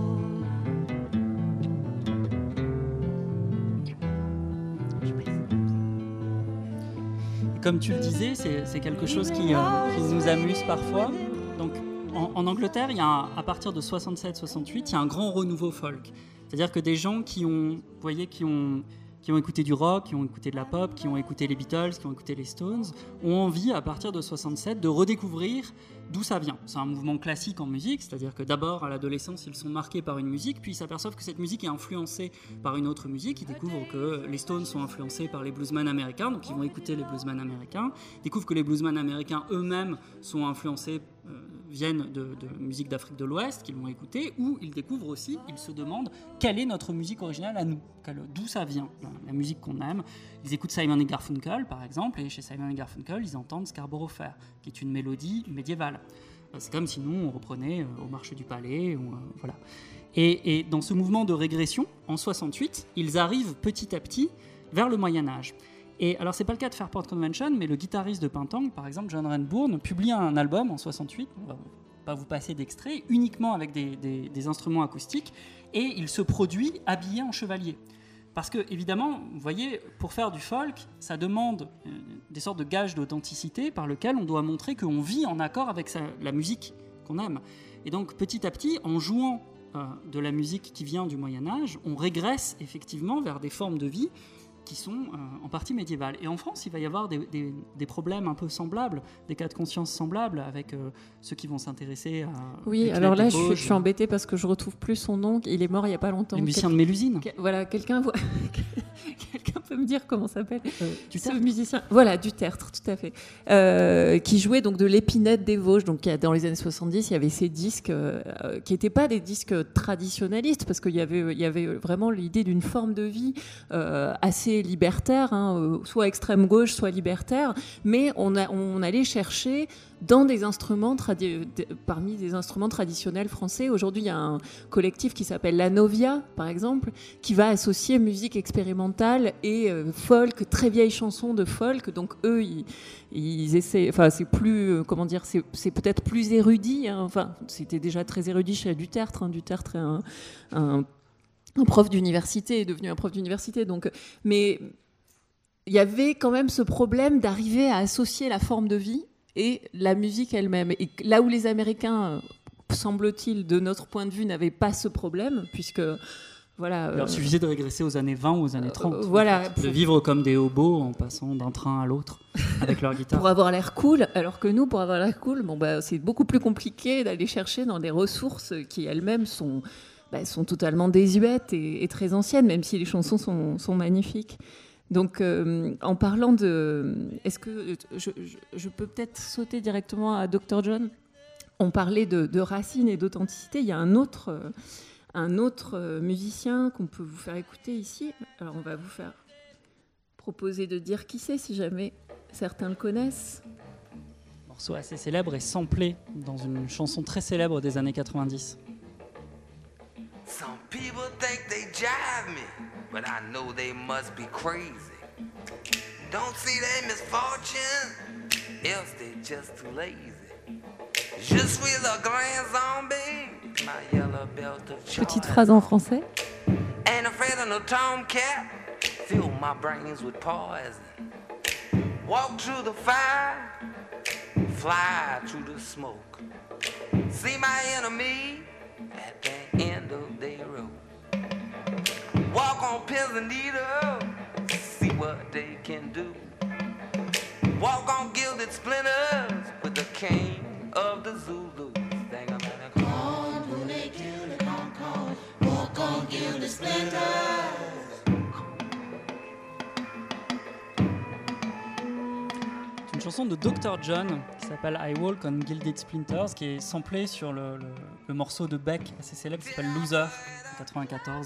Comme tu le disais, c'est, c'est quelque chose qui, euh, qui nous amuse parfois. Donc, en, en Angleterre, il y a un, à partir de soixante-sept soixante-huit, il y a un grand renouveau folk. C'est-à-dire que des gens qui ont, vous voyez, qui ont, qui ont écouté du rock, qui ont écouté de la pop, qui ont écouté les Beatles, qui ont écouté les Stones, ont envie, à partir de soixante-sept, de redécouvrir d'où ça vient. C'est un mouvement classique en musique, c'est-à-dire que d'abord, à l'adolescence, ils sont marqués par une musique, puis ils s'aperçoivent que cette musique est influencée par une autre musique. Ils découvrent que les Stones sont influencés par les bluesmen américains, donc ils vont écouter les bluesmen américains. Ils découvrent que les bluesmen américains eux-mêmes sont influencés, euh, viennent de, de musique d'Afrique de l'Ouest, qu'ils vont écouter, ou ils découvrent aussi, ils se demandent quelle est notre musique originale à nous, quelle, d'où ça vient, la, la musique qu'on aime. Ils écoutent Simon et Garfunkel, par exemple, et chez Simon et Garfunkel, ils entendent Scarborough Fair, qui est une mélodie médiévale. C'est comme si nous, on reprenait euh, au marché du Palais, ou, euh, voilà. Et, et dans ce mouvement de régression, en soixante-huit, ils arrivent petit à petit vers le Moyen-Âge. Et alors, c'est pas le cas de Fairport Convention, mais le guitariste de Pintang, par exemple, John Renbourn, publie un album en soixante-huit, on va pas vous passer d'extrait, uniquement avec des, des, des instruments acoustiques, et il se produit habillé en chevalier. Parce que, évidemment, vous voyez, pour faire du folk, ça demande euh, des sortes de gages d'authenticité par lesquels on doit montrer qu'on vit en accord avec sa, la musique qu'on aime. Et donc, petit à petit, en jouant euh, de la musique qui vient du Moyen-Âge, on régresse effectivement vers des formes de vie qui sont euh, en partie médiévales. Et en France, il va y avoir des, des, des problèmes un peu semblables, des cas de conscience semblables avec euh, ceux qui vont s'intéresser à... Oui, alors là, je, je suis embêtée parce que je retrouve plus son nom. Il est mort il n'y a pas longtemps. Le musicien Quel... de Mélusine. Quel... Voilà, quelqu'un voit... quelqu'un peut me dire comment s'appelle euh, du ce musicien. Voilà, du Tertre, tout à fait. Euh, qui jouait donc de l'Épinette des Vosges. Donc dans les années soixante-dix, il y avait ces disques euh, qui n'étaient pas des disques traditionnalistes parce qu'il y avait, il y avait vraiment l'idée d'une forme de vie euh, assez libertaire, hein, soit extrême gauche, soit libertaire, mais on, a, on allait chercher dans des instruments tradi- parmi des instruments traditionnels français. Aujourd'hui, il y a un collectif qui s'appelle La Novia, par exemple, qui va associer musique expérimentale et euh, folk, très vieilles chansons de folk. Donc eux, ils, ils essaient. Enfin, c'est plus, euh, comment dire, c'est, c'est peut-être plus érudit. Hein, enfin, c'était déjà très érudit chez Du Tertre. Hein, Du Tertre est un, un un prof d'université, est devenu un prof d'université. Donc, mais il y avait quand même ce problème d'arriver à associer la forme de vie et la musique elle-même. Et là où les Américains, semble-t-il, de notre point de vue, n'avaient pas ce problème, puisque... Voilà, il leur suffisait de régresser aux années vingt ou aux années trente. Euh, voilà, de vivre comme des hobos en passant d'un train à l'autre avec leur guitare. Pour avoir l'air cool, alors que nous, pour avoir l'air cool, bon, bah, c'est beaucoup plus compliqué d'aller chercher dans des ressources qui elles-mêmes sont... Bah, sont totalement désuètes et, et très anciennes, même si les chansons sont, sont magnifiques. Donc, euh, en parlant de... Est-ce que je, je, je peux peut-être sauter directement à docteur John ? On parlait de, de racines et d'authenticité. Il y a un autre, euh, un autre euh, musicien qu'on peut vous faire écouter ici. Alors, on va vous faire proposer de dire qui c'est, si jamais certains le connaissent. Un morceau assez célèbre et samplé dans une chanson très célèbre des années quatre-vingt-dix. Some people think they jive me, but I know they must be crazy. Don't see their misfortune, else they just too lazy. Je suis le grand zombie, my yellow belt of choice. Petite phrase en français. Ain't afraid of no tomcat, fill my brains with poison. Walk through the fire, fly through the smoke. See my enemy at the end of their rope. Walk on pins and needles, see what they can do. Walk on gilded splinters with the king of the Zulus. Think I'm at a con, who they kill the con, walk on gilded splinters. Une chanson de docteur John qui s'appelle I Walk on Gilded Splinters, qui est samplée sur le, le, le morceau de Beck assez célèbre qui s'appelle Loser en quatre-vingt-quatorze.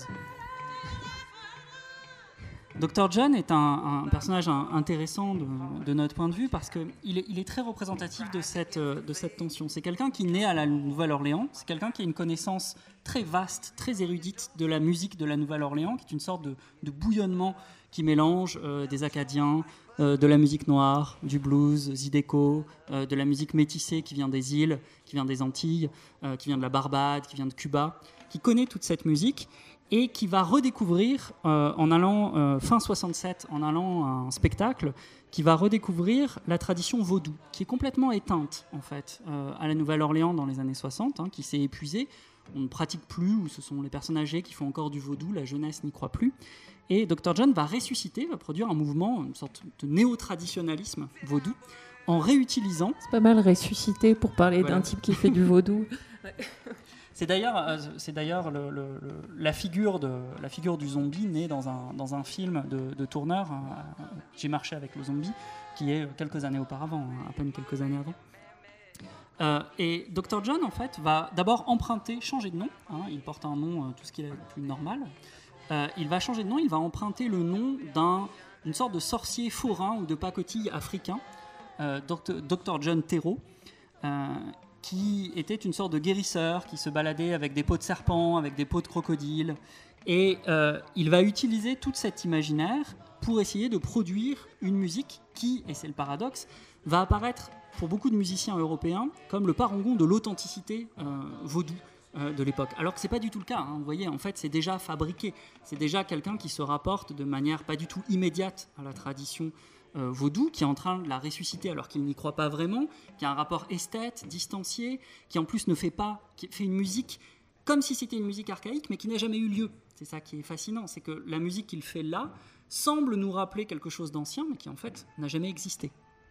docteur John est un, un personnage intéressant de, de notre point de vue parce qu'il est, il est très représentatif de cette, de cette tension. C'est quelqu'un qui naît à la Nouvelle-Orléans, c'est quelqu'un qui a une connaissance très vaste, très érudite de la musique de la Nouvelle-Orléans, qui est une sorte de, de bouillonnement qui mélange euh, des Acadiens, euh, de la musique noire, du blues, zydeco, euh, de la musique métissée qui vient des îles, qui vient des Antilles, euh, qui vient de la Barbade, qui vient de Cuba, qui connaît toute cette musique et qui va redécouvrir, euh, en allant, euh, fin soixante-sept, en allant à un spectacle, qui va redécouvrir la tradition vaudou, qui est complètement éteinte, en fait, euh, à la Nouvelle-Orléans dans les années soixante, hein, qui s'est épuisée. On ne pratique plus, ou ce sont les personnes âgées qui font encore du vaudou, la jeunesse n'y croit plus. Et docteur John va ressusciter, va produire un mouvement, une sorte de néo-traditionnalisme vaudou, en réutilisant... C'est pas mal ressuscité pour parler voilà. d'un type qui fait du vaudou. C'est d'ailleurs, c'est d'ailleurs le, le, le, la, figure de, la figure du zombie née dans un, dans un film de, de Turner, euh, J'ai marché avec le zombie, qui est quelques années auparavant, à peine quelques années avant. Euh, et docteur John, en fait, va d'abord emprunter, changer de nom. Hein, il porte un nom, euh, tout ce qui est plus normal. Euh, il va changer de nom, il va emprunter le nom d'un, d'une sorte de sorcier forain ou de pacotille africain, euh, docteur John Terreau, euh, qui était une sorte de guérisseur qui se baladait avec des peaux de serpent, avec des peaux de crocodile. Et euh, il va utiliser toute cet imaginaire pour essayer de produire une musique qui, et c'est le paradoxe, va apparaître pour beaucoup de musiciens européens comme le parangon de l'authenticité euh, vaudou euh, de l'époque. Alors que ce n'est pas du tout le cas. Hein. Vous voyez, en fait, c'est déjà fabriqué. C'est déjà quelqu'un qui se rapporte de manière pas du tout immédiate à la tradition Euh, vaudou, qui est en train de la ressusciter alors qu'il n'y croit pas vraiment, qui a un rapport esthète, distancié, qui en plus ne fait pas, qui fait une musique comme si c'était une musique archaïque, mais qui n'a jamais eu lieu. C'est ça qui est fascinant, c'est que la musique qu'il fait là semble nous rappeler quelque chose d'ancien, mais qui en fait n'a jamais existé.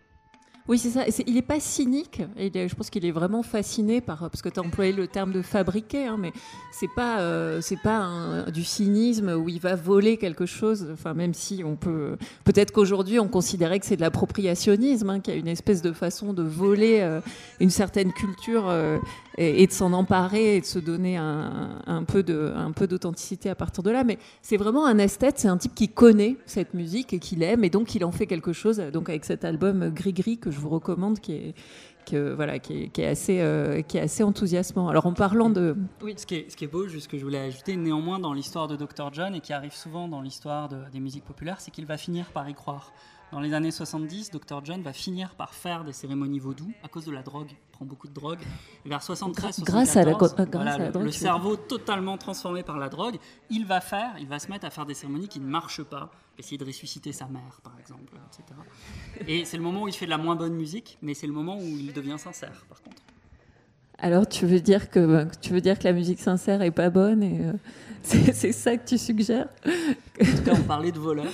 Oui, c'est ça. C'est, il n'est pas cynique. Il est, je pense qu'il est vraiment fasciné par, parce que tu as employé le terme de fabriquer, hein, mais c'est pas, euh, c'est pas un, du cynisme où il va voler quelque chose. Enfin, même si on peut, peut-être qu'aujourd'hui on considérait que c'est de l'appropriationnisme, hein, qu'il y a une espèce de façon de voler euh, une certaine culture euh, et, et de s'en emparer et de se donner un, un peu de, un peu d'authenticité à partir de là. Mais c'est vraiment un esthète. C'est un type qui connaît cette musique et qui l'aime, et donc il en fait quelque chose. Donc avec cet album Gris Gris que je vous recommande, qui est, que, voilà, qui est, qui est, assez, euh, qui est assez enthousiasmant. Alors en parlant de... Oui. Ce, qui est, ce qui est beau, juste ce que je voulais ajouter, néanmoins dans l'histoire de docteur John, et qui arrive souvent dans l'histoire de, des musiques populaires, c'est qu'il va finir par y croire. Dans les années soixante-dix, docteur John va finir par faire des cérémonies vaudou à cause de la drogue. Il prend beaucoup de drogue. Et vers soixante-treize soixante-quatorze, grâce à la, grâce voilà, à la le, drogue, le cerveau totalement transformé par la drogue, il va faire, il va se mettre à faire des cérémonies qui ne marchent pas, essayer de ressusciter sa mère, par exemple, et cetera. Et c'est le moment où il fait de la moins bonne musique, mais c'est le moment où il devient sincère, par contre. Alors, tu veux dire que tu veux dire que la musique sincère est pas bonne, et euh, c'est, c'est ça que tu suggères? En tout cas, on parlait de voleurs.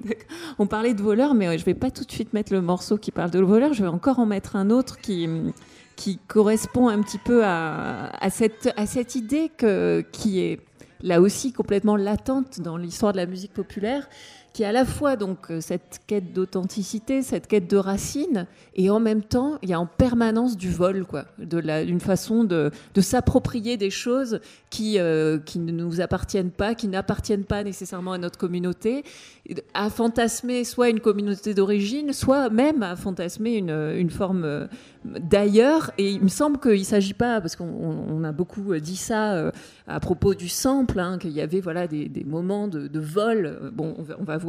On parlait de voleurs, mais je vais pas tout de suite mettre le morceau qui parle de voleurs. Je vais encore en mettre un autre qui qui correspond un petit peu à, à cette à cette idée que qui est là aussi complètement latente dans l'histoire de la musique populaire, qui est à la fois donc cette quête d'authenticité, cette quête de racines, et en même temps, il y a en permanence du vol, quoi, de la, une façon de, de s'approprier des choses qui, euh, qui ne nous appartiennent pas, qui n'appartiennent pas nécessairement à notre communauté, à fantasmer soit une communauté d'origine, soit même à fantasmer une, une forme d'ailleurs. Et il me semble qu'il ne s'agit pas, parce qu'on on a beaucoup dit ça euh, à propos du sample, hein, qu'il y avait voilà, des, des moments de, de vol. Bon, on va, on va voir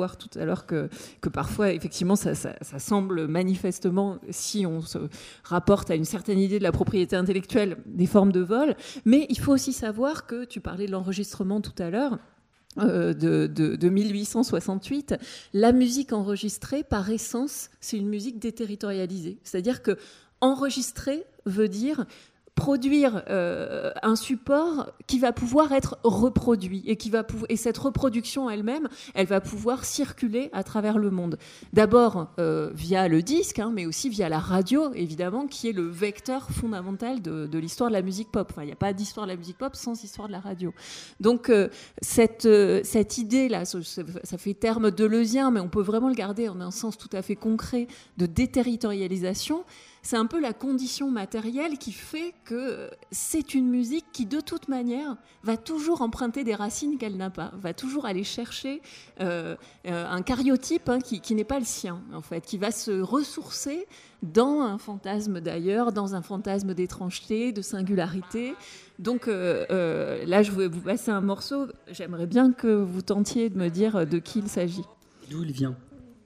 voir tout à l'heure que, que parfois, effectivement, ça, ça, ça semble manifestement, si on se rapporte à une certaine idée de la propriété intellectuelle, des formes de vol. Mais il faut aussi savoir que, tu parlais de l'enregistrement tout à l'heure, Euh, de, de, de mille huit cent soixante-huit, la musique enregistrée, par essence, c'est une musique déterritorialisée. C'est-à-dire que enregistrer veut dire produire euh, un support qui va pouvoir être reproduit et, qui va pou- et cette reproduction elle-même, elle va pouvoir circuler à travers le monde. D'abord euh, via le disque, hein, mais aussi via la radio, évidemment, qui est le vecteur fondamental de, de l'histoire de la musique pop. Enfin, il n'y a pas d'histoire de la musique pop sans histoire de la radio. Donc, euh, cette, euh, cette idée-là, ça, ça fait terme deleuzien, mais on peut vraiment le garder en un sens tout à fait concret de déterritorialisation. C'est un peu la condition matérielle qui fait que c'est une musique qui, de toute manière, va toujours emprunter des racines qu'elle n'a pas, va toujours aller chercher euh, euh, un cariotype hein, qui, qui n'est pas le sien, en fait, qui va se ressourcer dans un fantasme d'ailleurs, dans un fantasme d'étrangeté, de singularité. Donc euh, euh, là, je vais vous passer un morceau. J'aimerais bien que vous tentiez de me dire de qui il s'agit. D'où il vient.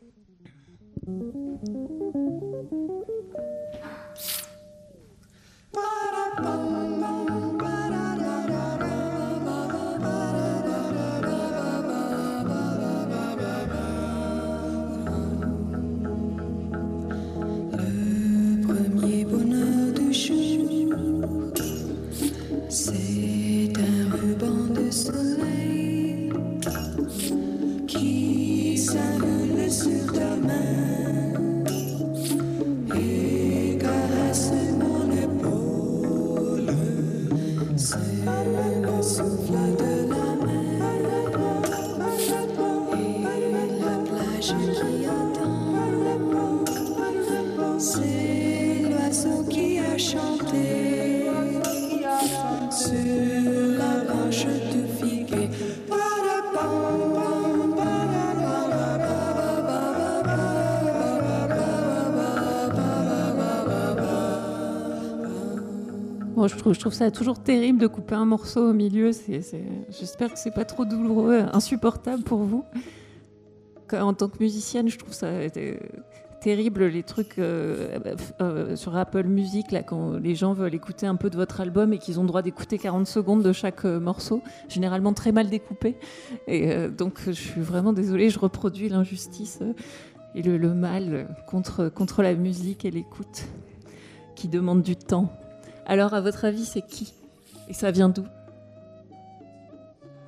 Le premier bonheur du jour, c'est un ruban de soleil qui s'envole sur ta main et caresse mon épaule. C'est le souffle de la mer et la plage qui attend. C'est l'oiseau qui a chanté sur la branche de figuier. Bon, je, trouve, je trouve ça toujours terrible de couper un morceau au milieu. C'est, c'est, j'espère que c'est pas trop douloureux, insupportable pour vous. En tant que musicienne, je trouve ça euh, terrible, les trucs euh, euh, sur Apple Music, là, quand les gens veulent écouter un peu de votre album et qu'ils ont le droit d'écouter quarante secondes de chaque euh, morceau, généralement très mal découpé. Et euh, donc, je suis vraiment désolée, je reproduis l'injustice euh, et le, le mal contre, contre la musique et l'écoute qui demande du temps. Alors, à votre avis, c'est qui ? Et ça vient d'où ? Yes !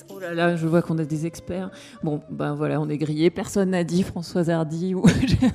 Oh là là, je vois qu'on a des experts. Bon, ben voilà, on est grillé. Personne n'a dit Françoise Hardy. Ou... Tout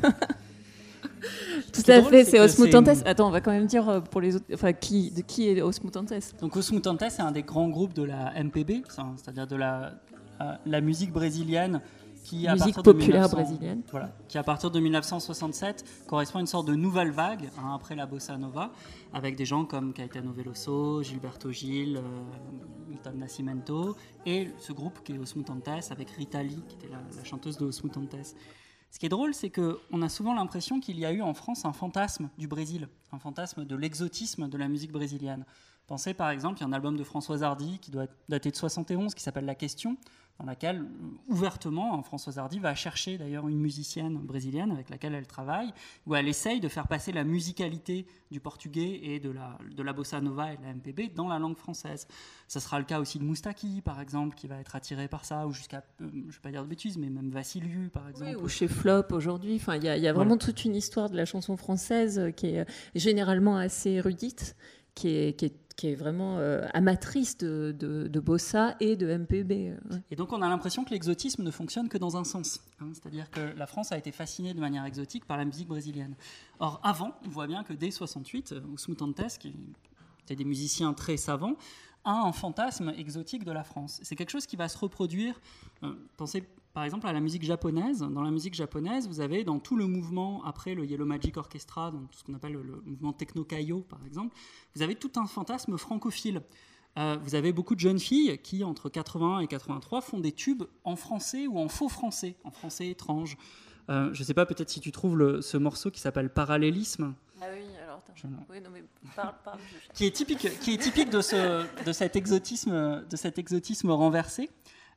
à drôle, fait, c'est c'est que Os-Mutantes. c'est- Attends, on va quand même dire pour les autres... Enfin, qui, de qui est Os-Mutantes ? Donc Os-Mutantes, c'est un des grands groupes de la M P B, c'est-à-dire de la, euh, la musique brésilienne qui, à Musique partir de populaire mille neuf cents brésilienne. Voilà, qui à partir de mille neuf cent soixante-sept correspond à une sorte de nouvelle vague, hein, après la bossa nova, avec des gens comme Caetano Veloso, Gilberto Gil, euh, Milton Nascimento, et ce groupe qui est Os-Mutantes, avec Rita Lee, qui était la, la chanteuse de Os-Mutantes. Ce qui est drôle, c'est qu'on a souvent l'impression qu'il y a eu en France un fantasme du Brésil, un fantasme de l'exotisme de la musique brésilienne. Pensez par exemple, il y a un album de Françoise Hardy qui doit être daté de soixante et onze, qui s'appelle La Question, dans laquelle, ouvertement, Françoise Hardy va chercher d'ailleurs une musicienne brésilienne avec laquelle elle travaille, où elle essaye de faire passer la musicalité du portugais et de la, de la bossa nova et de la M P B dans la langue française. Ça sera le cas aussi de Moustaki, par exemple, qui va être attiré par ça, ou jusqu'à, euh, je ne vais pas dire de bêtises, mais même Vassiliou, par exemple. Oui, ou chez Flop aujourd'hui. Enfin, il y a, y a vraiment Voilà. toute une histoire de la chanson française qui est généralement assez érudite, qui est, qui est, qui est vraiment euh, amatrice de, de, de bossa et de M P B. Ouais. Et donc on a l'impression que l'exotisme ne fonctionne que dans un sens. Hein, c'est-à-dire que la France a été fascinée de manière exotique par la musique brésilienne. Or, avant, on voit bien que dès soixante-huit, Os-Mutantes, qui étaient des musiciens très savants, a un fantasme exotique de la France. C'est quelque chose qui va se reproduire. Euh, pensez par exemple à la musique japonaise. Dans la musique japonaise, vous avez dans tout le mouvement, après le Yellow Magic Orchestra, donc tout ce qu'on appelle le, le mouvement techno-kaio par exemple, vous avez tout un fantasme francophile. Euh, vous avez beaucoup de jeunes filles qui, entre quatre-vingt-un et quatre-vingt-trois, font des tubes en français ou en faux français, en français étrange. Euh, je ne sais pas, peut-être si tu trouves le, ce morceau qui s'appelle Parallélisme. Ah oui, alors attends. Je... Oui, non, mais parle, parle. qui est typique, qui est typique de, ce, de, cet exotisme, de cet exotisme renversé.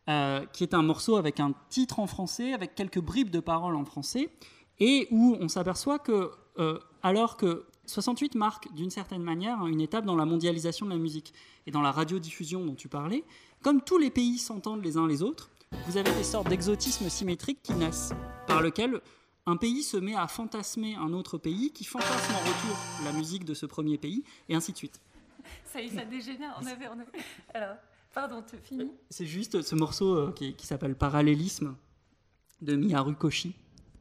euh, qui est un morceau avec un titre en français, avec quelques bribes de paroles en français, et où on s'aperçoit que, euh, alors que soixante-huit marque d'une certaine manière une étape dans la mondialisation de la musique et dans la radiodiffusion dont tu parlais, comme tous les pays s'entendent les uns les autres, vous avez des sortes d'exotismes symétriques qui naissent, par lequel un pays se met à fantasmer un autre pays, qui fantasme en retour la musique de ce premier pays, et ainsi de suite. Ça y est, ça dégénère. On avait, on avait... Alors, pardon, tu finis ? C'est juste ce morceau euh, qui, qui s'appelle Parallélisme de Miharu Koshi.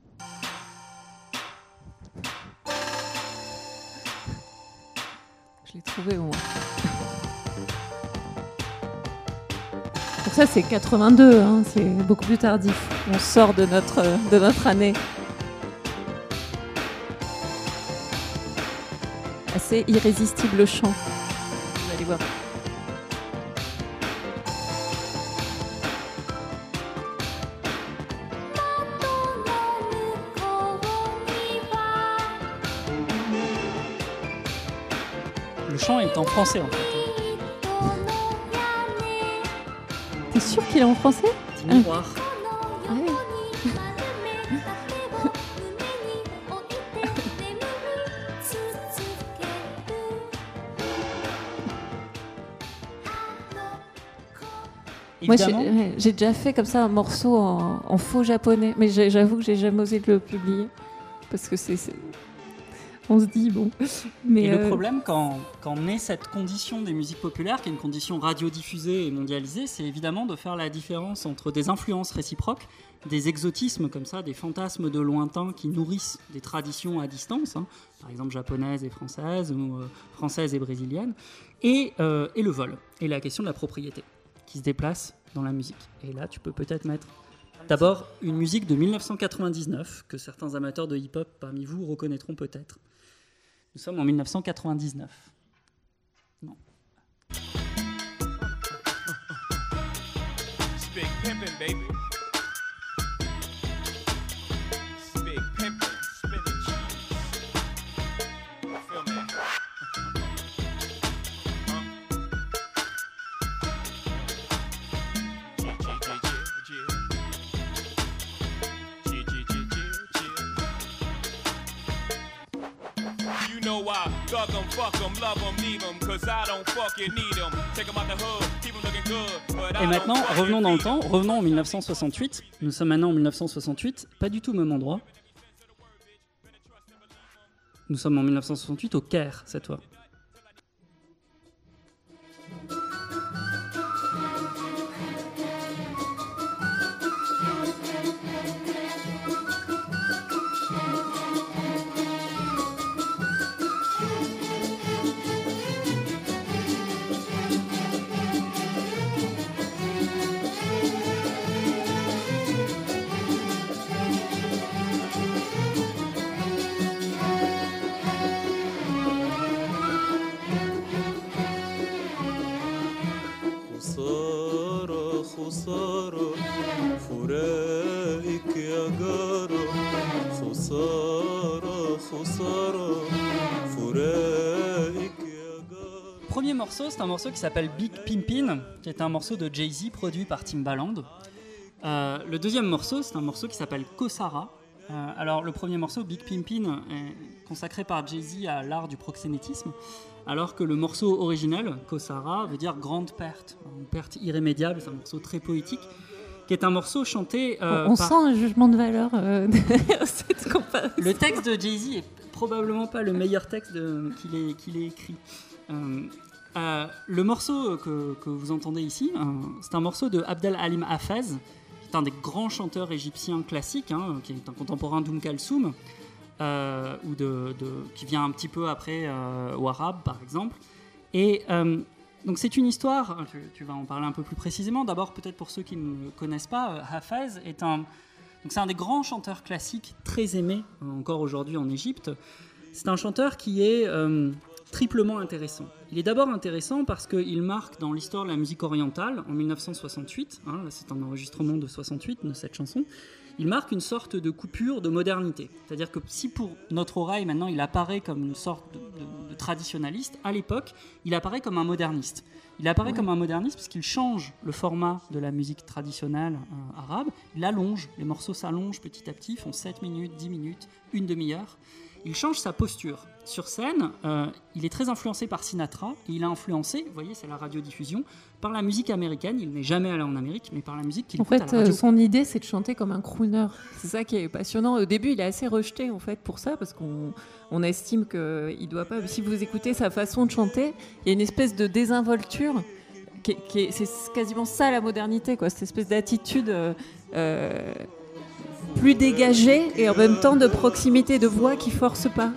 Je l'ai trouvé au moins. Donc ça, c'est quatre-vingt-deux, hein, c'est beaucoup plus tardif. On sort de notre, de notre année. Assez irrésistible chant. Vous allez voir. Le chant est en français, en fait. T'es sûr qu'il est en français ? Petit miroir. Ah oui. Moi, j'ai, ouais, j'ai déjà fait comme ça un morceau en, en faux japonais, mais j'ai, j'avoue que j'ai jamais osé de le publier parce que c'est, c'est... on se dit bon. Mais et euh... le problème quand, quand naît cette condition des musiques populaires, qui est une condition radiodiffusée et mondialisée, c'est évidemment de faire la différence entre des influences réciproques, des exotismes comme ça, des fantasmes de lointains qui nourrissent des traditions à distance, hein, par exemple japonaises et françaises, ou euh, françaises et brésiliennes, et, euh, et le vol, et la question de la propriété qui se déplace dans la musique. Et là, tu peux peut-être mettre d'abord une musique de dix-neuf cent quatre-vingt-dix-neuf, que certains amateurs de hip-hop parmi vous reconnaîtront peut-être. Nous sommes en dix-neuf cent quatre-vingt-dix-neuf. Non. Big pimpin', baby. Big pimpin', spinach. Feel me? You know I thug 'em, fuck 'em, love 'em, leave 'em, cause I don't fucking need 'em. Take 'em out the hood, keep 'em looking good, but I Et maintenant, don't fucking revenons dans le need 'em. temps, revenons en dix-neuf cent soixante-huit. Nous sommes maintenant en dix-neuf cent soixante-huit, pas du tout au même endroit. Nous sommes en dix-neuf cent soixante-huit au Caire, cette fois. خسارة خسارة فراقك يا جارة خسارة خسارة فراقك يا جارة. Premier morceau, c'est un morceau qui s'appelle Big Pimpin', qui est un morceau de Jay-Z produit par Timbaland. Euh, le deuxième morceau, c'est un morceau qui s'appelle Kosara. Euh, alors le premier morceau, Big Pimpin', est consacré par Jay-Z à l'art du proxénétisme, alors que le morceau original, Kosara, veut dire grande perte, une perte irrémédiable, c'est un morceau très poétique, qui est un morceau chanté euh, on par... sent un jugement de valeur euh, derrière cette comparaison. Le texte de Jay-Z est probablement pas le meilleur texte de... qu'il, ait, qu'il ait écrit. Euh, euh, le morceau que, que vous entendez ici, euh, c'est un morceau de Abdel Halim Hafez, qui est un des grands chanteurs égyptiens classiques, hein, qui est un contemporain d'Oum Kalsoum, euh, ou de, de, qui vient un petit peu après euh, Warab, par exemple. Et euh, donc c'est une histoire, tu, tu vas en parler un peu plus précisément. D'abord, peut-être pour ceux qui ne le connaissent pas, euh, Hafez est un, donc c'est un des grands chanteurs classiques, très aimés euh, encore aujourd'hui en Égypte. C'est un chanteur qui est euh, triplement intéressant. Il est d'abord intéressant parce qu'il marque dans l'histoire de la musique orientale, en dix-neuf cent soixante-huit, hein, là c'est un enregistrement de soixante-huit de cette chanson, il marque une sorte de coupure de modernité. C'est-à-dire que si pour notre oreille, maintenant, il apparaît comme une sorte de, de, de traditionnaliste, à l'époque, il apparaît comme un moderniste. Il apparaît ouais. comme un moderniste parce qu'il change le format de la musique traditionnelle euh, arabe, il allonge, les morceaux s'allongent petit à petit, font sept minutes, dix minutes, une demi-heure. Il change sa posture. Sur scène, euh, il est très influencé par Sinatra et il a influencé, vous voyez, c'est la radiodiffusion, par la musique américaine. Il n'est jamais allé en Amérique, mais par la musique qu'il en écoute fait, à la radio. Son idée, c'est de chanter comme un crooner. C'est ça qui est passionnant. Au début, il est assez rejeté en fait pour ça, parce qu'on on estime qu'il doit pas. Si vous écoutez sa façon de chanter, il y a une espèce de désinvolture. Qui est, qui est, c'est quasiment ça la modernité, quoi. Cette espèce d'attitude. Euh, euh, plus dégagé et en même temps de proximité, de voix qui force pas.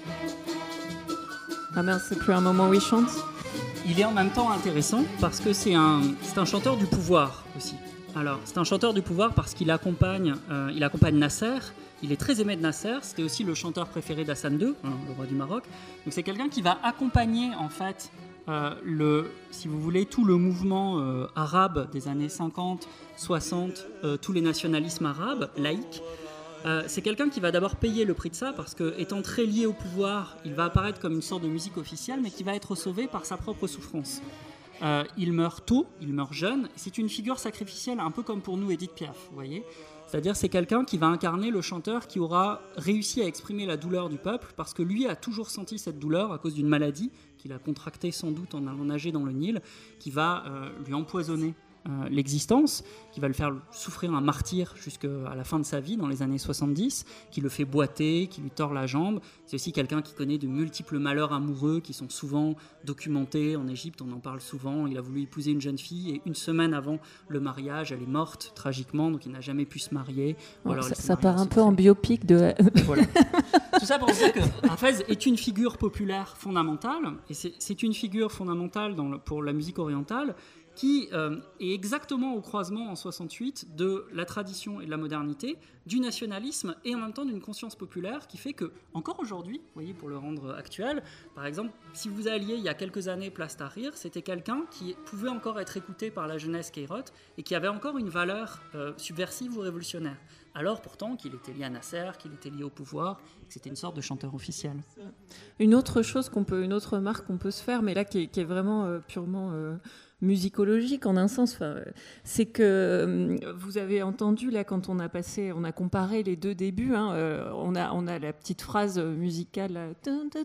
Ah merde, c'est plus un moment où il chante. Il est en même temps intéressant parce que c'est un, c'est un chanteur du pouvoir aussi. Alors, c'est un chanteur du pouvoir parce qu'il accompagne, euh, il accompagne Nasser. Il est très aimé de Nasser. C'était aussi le chanteur préféré d'Hassan deux, hein, le roi du Maroc. Donc c'est quelqu'un qui va accompagner en fait euh, le, si vous voulez, tout le mouvement euh, arabe des années cinquante, soixante, euh, tous les nationalismes arabes, laïcs. Euh, c'est quelqu'un qui va d'abord payer le prix de ça parce que, étant très lié au pouvoir, il va apparaître comme une sorte de musique officielle, mais qui va être sauvé par sa propre souffrance. Euh, il meurt tôt, il meurt jeune. C'est une figure sacrificielle, un peu comme pour nous Edith Piaf, vous voyez. C'est-à-dire c'est quelqu'un qui va incarner le chanteur qui aura réussi à exprimer la douleur du peuple parce que lui a toujours senti cette douleur à cause d'une maladie qu'il a contractée sans doute en allant nager dans le Nil, qui va euh, lui empoisonner Euh, l'existence, qui va le faire souffrir un martyre jusqu'à la fin de sa vie dans les années soixante-dix, qui le fait boiter, qui lui tord la jambe. C'est aussi quelqu'un qui connaît de multiples malheurs amoureux qui sont souvent documentés en Égypte, on en parle souvent. Il a voulu épouser une jeune fille et une semaine avant le mariage, elle est morte tragiquement, donc il n'a jamais pu se marier. Ou ouais, alors ça ça part un peu en biopic de... Voilà. Tout ça pour dire que Hafez est une figure populaire fondamentale, et c'est, c'est une figure fondamentale dans le, pour la musique orientale, qui euh, est exactement au croisement en soixante-huit de la tradition et de la modernité, du nationalisme et en même temps d'une conscience populaire qui fait que, encore aujourd'hui, vous voyez, pour le rendre actuel, par exemple, si vous alliez il y a quelques années Place Tahrir, c'était quelqu'un qui pouvait encore être écouté par la jeunesse kairote et qui avait encore une valeur euh, subversive ou révolutionnaire. Alors pourtant qu'il était lié à Nasser, qu'il était lié au pouvoir, que c'était une sorte de chanteur officiel. Une autre chose qu'on peut, une autre remarque qu'on peut se faire, mais là qui est, qui est vraiment euh, purement euh, musicologique en un sens, c'est que euh, vous avez entendu là quand on a passé, on a comparé les deux débuts, hein, euh, on a on a la petite phrase musicale, là,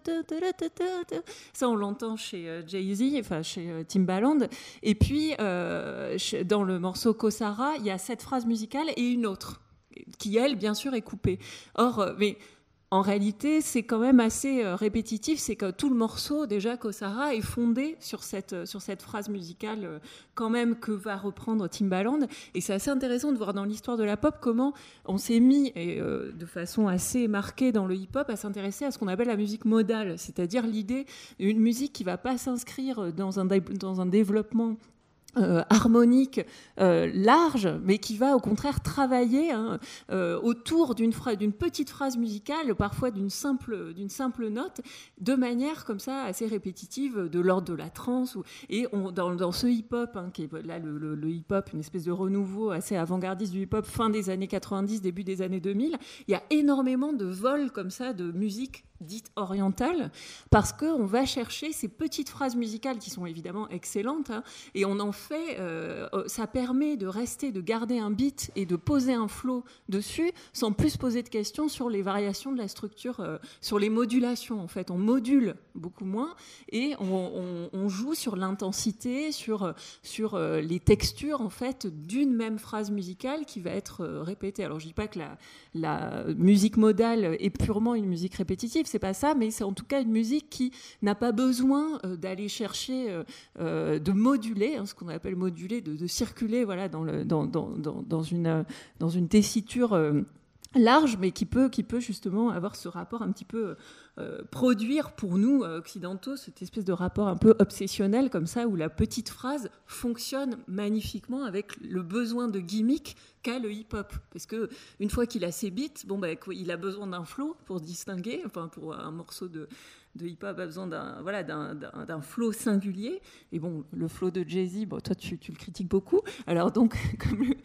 ça on l'entend chez euh, Jay-Z, enfin chez euh, Timbaland, et puis euh, dans le morceau Kosara, il y a cette phrase musicale et une autre qui, elle, bien sûr, est coupée. Or, euh, mais en réalité, c'est quand même assez euh, répétitif. C'est que tout le morceau, déjà, Kosara, est fondé sur cette, euh, sur cette phrase musicale euh, quand même que va reprendre Timbaland. Et c'est assez intéressant de voir dans l'histoire de la pop comment on s'est mis, et, euh, de façon assez marquée dans le hip-hop, à s'intéresser à ce qu'on appelle la musique modale, c'est-à-dire l'idée d'une musique qui ne va pas s'inscrire dans un, dans un développement Euh, harmonique euh, large, mais qui va au contraire travailler hein, euh, autour d'une, fra- d'une petite phrase musicale, parfois d'une simple, d'une simple note, de manière comme ça assez répétitive, de l'ordre de la trance. Ou, et on, dans, dans ce hip-hop, hein, qui est là le, le, le hip-hop, une espèce de renouveau assez avant-gardiste du hip-hop, fin des années quatre-vingt-dix, début des années deux mille, il y a énormément de vols comme ça de musique dite orientale, parce qu'on va chercher ces petites phrases musicales qui sont évidemment excellentes, hein, et on en fait, euh, ça permet de rester, de garder un beat et de poser un flow dessus, sans plus se poser de questions sur les variations de la structure, euh, sur les modulations. En fait, on module beaucoup moins, et on, on, on joue sur l'intensité, sur, sur euh, les textures, en fait, d'une même phrase musicale qui va être euh, répétée. Alors, je dis pas que la, la musique modale est purement une musique répétitive, c'est pas ça, mais c'est en tout cas une musique qui n'a pas besoin euh, d'aller chercher, euh, euh, de moduler, hein, ce qu'on appelle moduler, de, de circuler, voilà, dans, le, dans, dans, dans, dans, une, dans une tessiture euh, large, mais qui peut, qui peut justement avoir ce rapport un petit peu euh, produire pour nous euh, occidentaux cette espèce de rapport un peu obsessionnel comme ça, où la petite phrase fonctionne magnifiquement avec le besoin de gimmick qu'a le hip-hop, parce que une fois qu'il a ses beats, bon bah il a besoin d'un flow pour distinguer, enfin pour un morceau de de hip-hop a besoin d'un, voilà, d'un, d'un, d'un flow singulier. Et bon, le flow de Jay-Z, bon, toi, tu, tu le critiques beaucoup. Alors donc, comme le,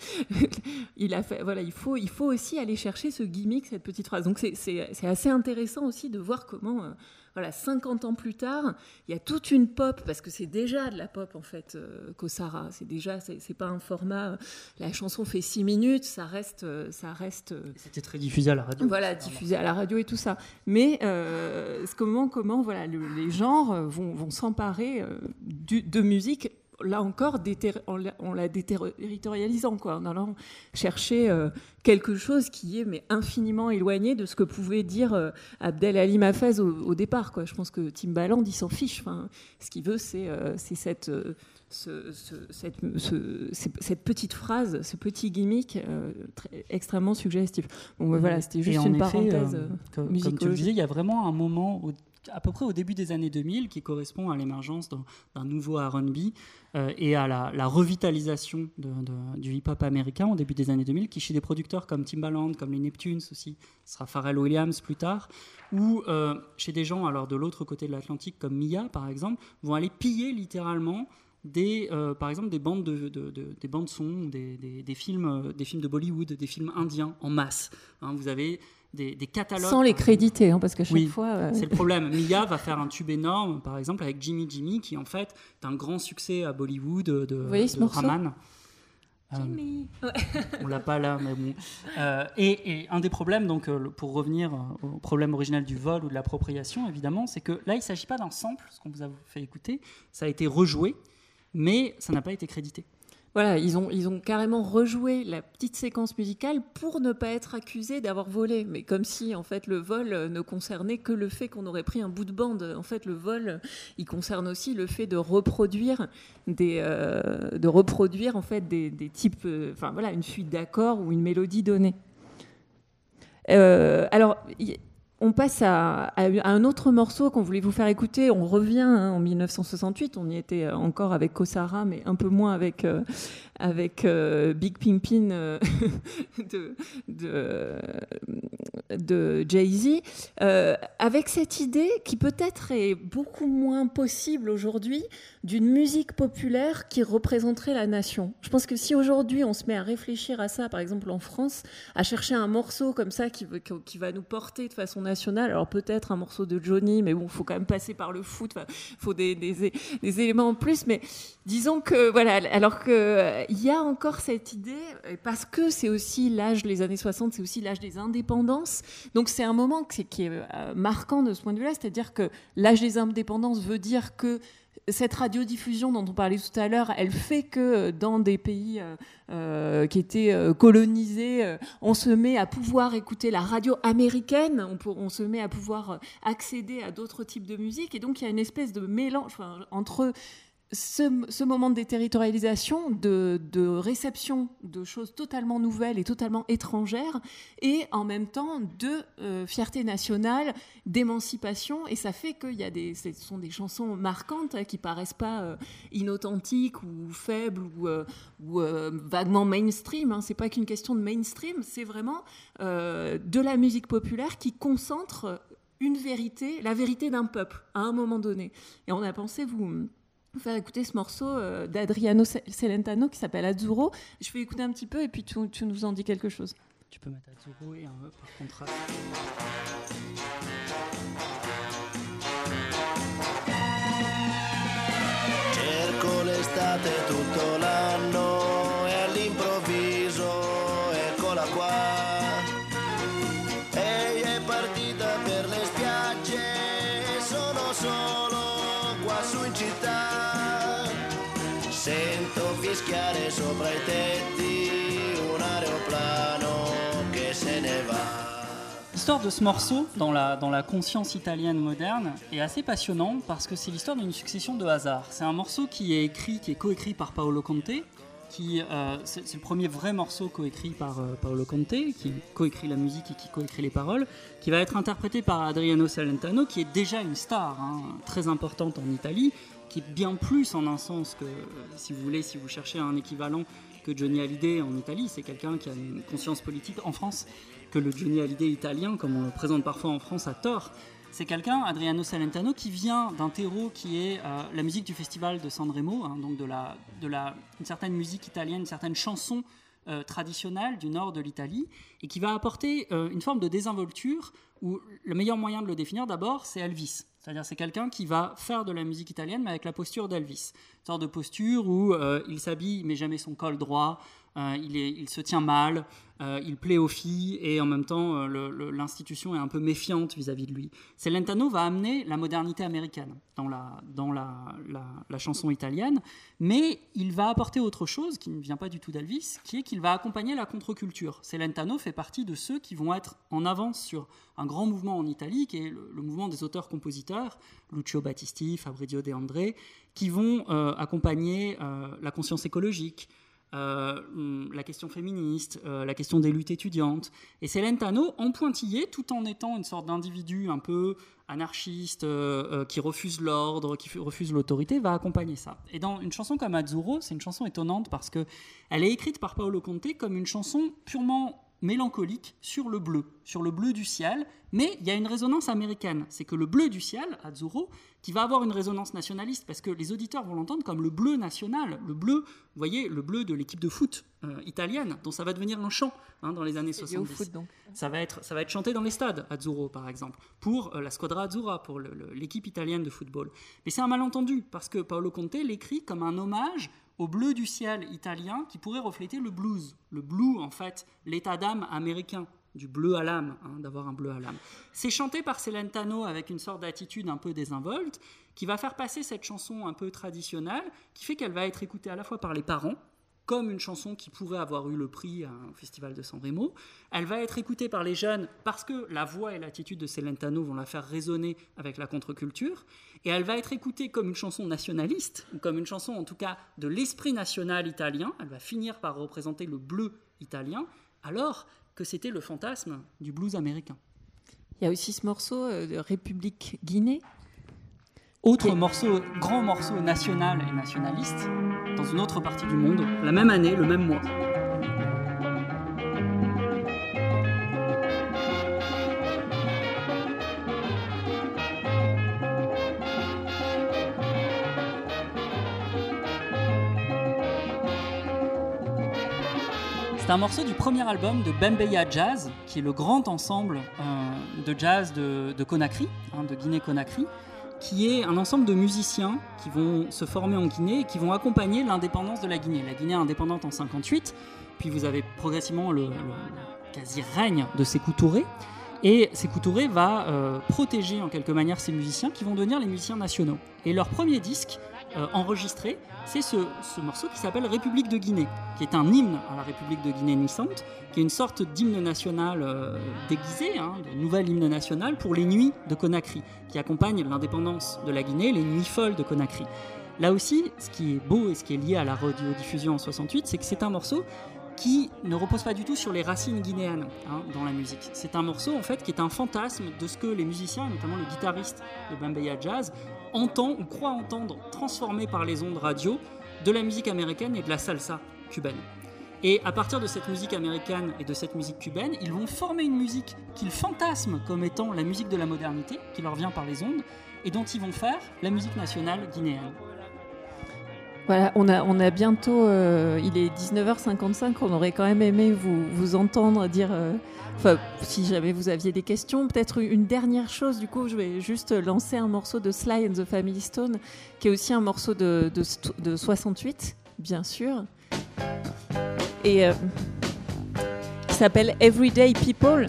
il a fait, voilà, il faut, il faut aussi aller chercher ce gimmick, cette petite phrase. Donc c'est, c'est, c'est assez intéressant aussi de voir comment, euh, voilà, cinquante ans plus tard, il y a toute une pop, parce que c'est déjà de la pop en fait, euh, Kossara, c'est déjà, c'est, c'est pas un format, la chanson fait six minutes, ça reste... Ça reste C'était très diffusé à la radio. Voilà, diffusé à la radio et tout ça. Mais euh, comment, comment voilà, le, les genres vont, vont s'emparer euh, du, de musique, là encore, déter, en, la, en la déterritorialisant, quoi, en allant chercher euh, quelque chose qui est mais infiniment éloigné de ce que pouvait dire euh, Abdel Halim Hafez au, au départ, quoi. Je pense que Timbaland, il s'en fiche. Enfin, ce qu'il veut, c'est, euh, c'est cette... Euh, Ce, ce, cette, ce, cette petite phrase, ce petit gimmick euh, très, extrêmement suggestif. Bon, ben voilà, c'était juste une effet, parenthèse euh, comme, comme tu le disais, il y a vraiment un moment, au, à peu près au début des années deux mille, qui correspond à l'émergence d'un, d'un nouveau R and B euh, et à la, la revitalisation de, de, du hip-hop américain au début des années deux mille, qui chez des producteurs comme Timbaland, comme les Neptunes aussi, ce sera Pharrell Williams plus tard, ou euh, chez des gens alors de l'autre côté de l'Atlantique comme Mia par exemple, vont aller piller littéralement Des, euh, par exemple des bandes de, de, de des bandes son, des, des, des films, euh, des films de Bollywood, des films indiens en masse. Hein, vous avez des, des catalogues sans les créditer, hein, parce qu'à chaque oui, fois, euh... c'est le problème. Mia va faire un tube énorme, par exemple avec Jimmy Jimmy, qui en fait est un grand succès à Bollywood de, de, de Raman. Jimmy. Euh, on l'a pas là, mais bon. Euh, et, et un des problèmes, donc, euh, pour revenir au problème original du vol ou de l'appropriation, évidemment, c'est que là, il ne s'agit pas d'un sample, ce qu'on vous a fait écouter, ça a été rejoué, mais ça n'a pas été crédité. Voilà, ils ont, ils ont carrément rejoué la petite séquence musicale pour ne pas être accusés d'avoir volé. Mais comme si, en fait, le vol ne concernait que le fait qu'on aurait pris un bout de bande. En fait, le vol, il concerne aussi le fait de reproduire des, euh, de reproduire, en fait, des, des types... Euh, enfin, voilà, une suite d'accords ou une mélodie donnée. Euh, alors... Y, On passe à, à un autre morceau qu'on voulait vous faire écouter. On revient hein, en dix-neuf cent soixante-huit. On y était encore avec Kossara, mais un peu moins avec, euh, avec euh, Big Pimpin euh, de, de, de Jay-Z. Euh, avec cette idée qui peut-être est beaucoup moins possible aujourd'hui d'une musique populaire qui représenterait la nation. Je pense que si aujourd'hui on se met à réfléchir à ça, par exemple en France, à chercher un morceau comme ça qui, qui va nous porter de façon nationale, alors peut-être un morceau de Johnny, mais bon, il faut quand même passer par le foot, il faut des, des, des éléments en plus, mais disons que, voilà, alors qu'il euh, y a encore cette idée, parce que c'est aussi l'âge, les années soixante, c'est aussi l'âge des indépendances, donc c'est un moment qui est, qui est euh, marquant de ce point de vue-là, c'est-à-dire que l'âge des indépendances veut dire que cette radiodiffusion dont on parlait tout à l'heure, elle fait que dans des pays euh, euh, qui étaient euh, colonisés, euh, on se met à pouvoir écouter la radio américaine, on, pour, on se met à pouvoir accéder à d'autres types de musique, et donc il y a une espèce de mélange enfin, entre ce, ce moment de déterritorialisation, de, de réception de choses totalement nouvelles et totalement étrangères, et en même temps de euh, fierté nationale, d'émancipation, et ça fait qu'il y a des, ce sont des chansons marquantes hein, qui paraissent pas euh, inauthentiques ou faibles ou, euh, ou euh, vaguement mainstream. Hein. C'est pas qu'une question de mainstream, c'est vraiment euh, de la musique populaire qui concentre une vérité, la vérité d'un peuple à un moment donné. Et on a pensé vous faire écouter ce morceau euh, d'Adriano Celentano qui s'appelle Azzurro. Je vais écouter un petit peu et puis tu, tu nous en dis quelque chose. Tu peux mettre Azzurro et un E par contraste. Cerco l'estate tutto l'anno e all'improvviso eccola qua. Ehi è partita per le spiagge e sono solo qua su in città. Sento fischiare sopra i tetti un aeroplano che se ne va. L'histoire de ce morceau, dans la, dans la conscience italienne moderne, est assez passionnante parce que c'est l'histoire d'une succession de hasards. C'est un morceau qui est écrit, qui est coécrit par Paolo Conte, qui, euh, c'est, c'est le premier vrai morceau coécrit par euh, Paolo Conte, qui coécrit la musique et qui coécrit les paroles, qui va être interprété par Adriano Celentano, qui est déjà une star hein, très importante en Italie, qui est bien plus en un sens que, si vous voulez, si vous cherchez un équivalent que Johnny Hallyday en Italie, c'est quelqu'un qui a une conscience politique en France, que le Johnny Hallyday italien, comme on le présente parfois en France à tort. C'est quelqu'un, Adriano Celentano, qui vient d'un terreau qui est euh, la musique du festival de Sanremo, hein, donc de la, de la, une certaine musique italienne, une certaine chanson euh, traditionnelle du nord de l'Italie, et qui va apporter euh, une forme de désinvolture où le meilleur moyen de le définir d'abord, c'est Elvis. C'est-à-dire c'est quelqu'un qui va faire de la musique italienne mais avec la posture d'Elvis. Une sorte de posture où euh, il s'habille mais jamais son col droit, euh, il, est, il se tient mal, euh, il plaît aux filles et en même temps euh, le, le, l'institution est un peu méfiante vis-à-vis de lui. Celentano va amener la modernité américaine dans la, dans la, la, la chanson italienne, mais il va apporter autre chose qui ne vient pas du tout d'Elvis, qui est qu'il va accompagner la contre-culture. Celentano fait partie de ceux qui vont être en avance sur un grand mouvement en Italie, qui est le, le mouvement des auteurs-compositeurs, Lucio Battisti, Fabrizio De André, qui vont euh, accompagner euh, la conscience écologique, euh, la question féministe, euh, la question des luttes étudiantes. Et Celentano, en pointillé, tout en étant une sorte d'individu un peu anarchiste, euh, euh, qui refuse l'ordre, qui refuse l'autorité, va accompagner ça. Et dans une chanson comme Azzurro, c'est une chanson étonnante parce qu'elle est écrite par Paolo Conte comme une chanson purement mélancolique sur le bleu, sur le bleu du ciel, mais il y a une résonance américaine. C'est que le bleu du ciel, Azzurro, qui va avoir une résonance nationaliste, parce que les auditeurs vont l'entendre comme le bleu national, le bleu, vous voyez, le bleu de l'équipe de foot euh, italienne, dont ça va devenir un chant hein, dans les années soixante-dix. Au foot, donc. Ça va être, ça va être chanté dans les stades, Azzurro par exemple, pour euh, la Squadra Azzurra, pour le, le, l'équipe italienne de football. Mais c'est un malentendu, parce que Paolo Conte l'écrit comme un hommage au bleu du ciel italien qui pourrait refléter le blues. Le blue, en fait, l'état d'âme américain, du bleu à l'âme, hein, d'avoir un bleu à l'âme. C'est chanté par Celentano avec une sorte d'attitude un peu désinvolte, qui va faire passer cette chanson un peu traditionnelle, qui fait qu'elle va être écoutée à la fois par les parents, comme une chanson qui pourrait avoir eu le prix au Festival de San Remo. Elle va être écoutée par les jeunes parce que la voix et l'attitude de Celentano vont la faire résonner avec la contre-culture. Et elle va être écoutée comme une chanson nationaliste, ou comme une chanson en tout cas de l'esprit national italien. Elle va finir par représenter le bleu italien, alors que c'était le fantasme du blues américain. Il y a aussi ce morceau de République Guinée. Autre okay. morceau, grand morceau national et nationaliste, dans une autre partie du monde, la même année, le même mois. C'est un morceau du premier album de Bembeya Jazz, qui est le grand ensemble euh, de jazz de, de Conakry, hein, de Guinée-Conakry, qui est un ensemble de musiciens qui vont se former en Guinée et qui vont accompagner l'indépendance de la Guinée. La Guinée est indépendante en cinquante-huit, puis vous avez progressivement le, le quasi-règne de Sékou Touré, et Sékou Touré va euh, protéger en quelque manière ces musiciens qui vont devenir les musiciens nationaux. Et leur premier disque euh, enregistré, c'est ce, ce morceau qui s'appelle République de Guinée, qui est un hymne à la République de Guinée naissante, qui est une sorte d'hymne national euh, déguisé, hein, de nouvel hymne national pour les nuits de Conakry, qui accompagnent l'indépendance de la Guinée, les nuits folles de Conakry. Là aussi, ce qui est beau et ce qui est lié à la radiodiffusion en soixante-huit, c'est que c'est un morceau qui ne repose pas du tout sur les racines guinéennes hein, dans la musique. C'est un morceau en fait qui est un fantasme de ce que les musiciens, notamment le guitariste de Bembeya Jazz, entend ou croit entendre transformé par les ondes radio de la musique américaine et de la salsa cubaine. Et à partir de cette musique américaine et de cette musique cubaine, ils vont former une musique qu'ils fantasment comme étant la musique de la modernité, qui leur vient par les ondes, et dont ils vont faire la musique nationale guinéenne. Voilà, on a, on a bientôt, euh, il est dix-neuf heures cinquante-cinq, on aurait quand même aimé vous, vous entendre dire, euh, enfin, si jamais vous aviez des questions, peut-être une dernière chose, du coup, je vais juste lancer un morceau de Sly and the Family Stone, qui est aussi un morceau de, de, de soixante-huit, bien sûr, et euh, qui s'appelle Everyday People,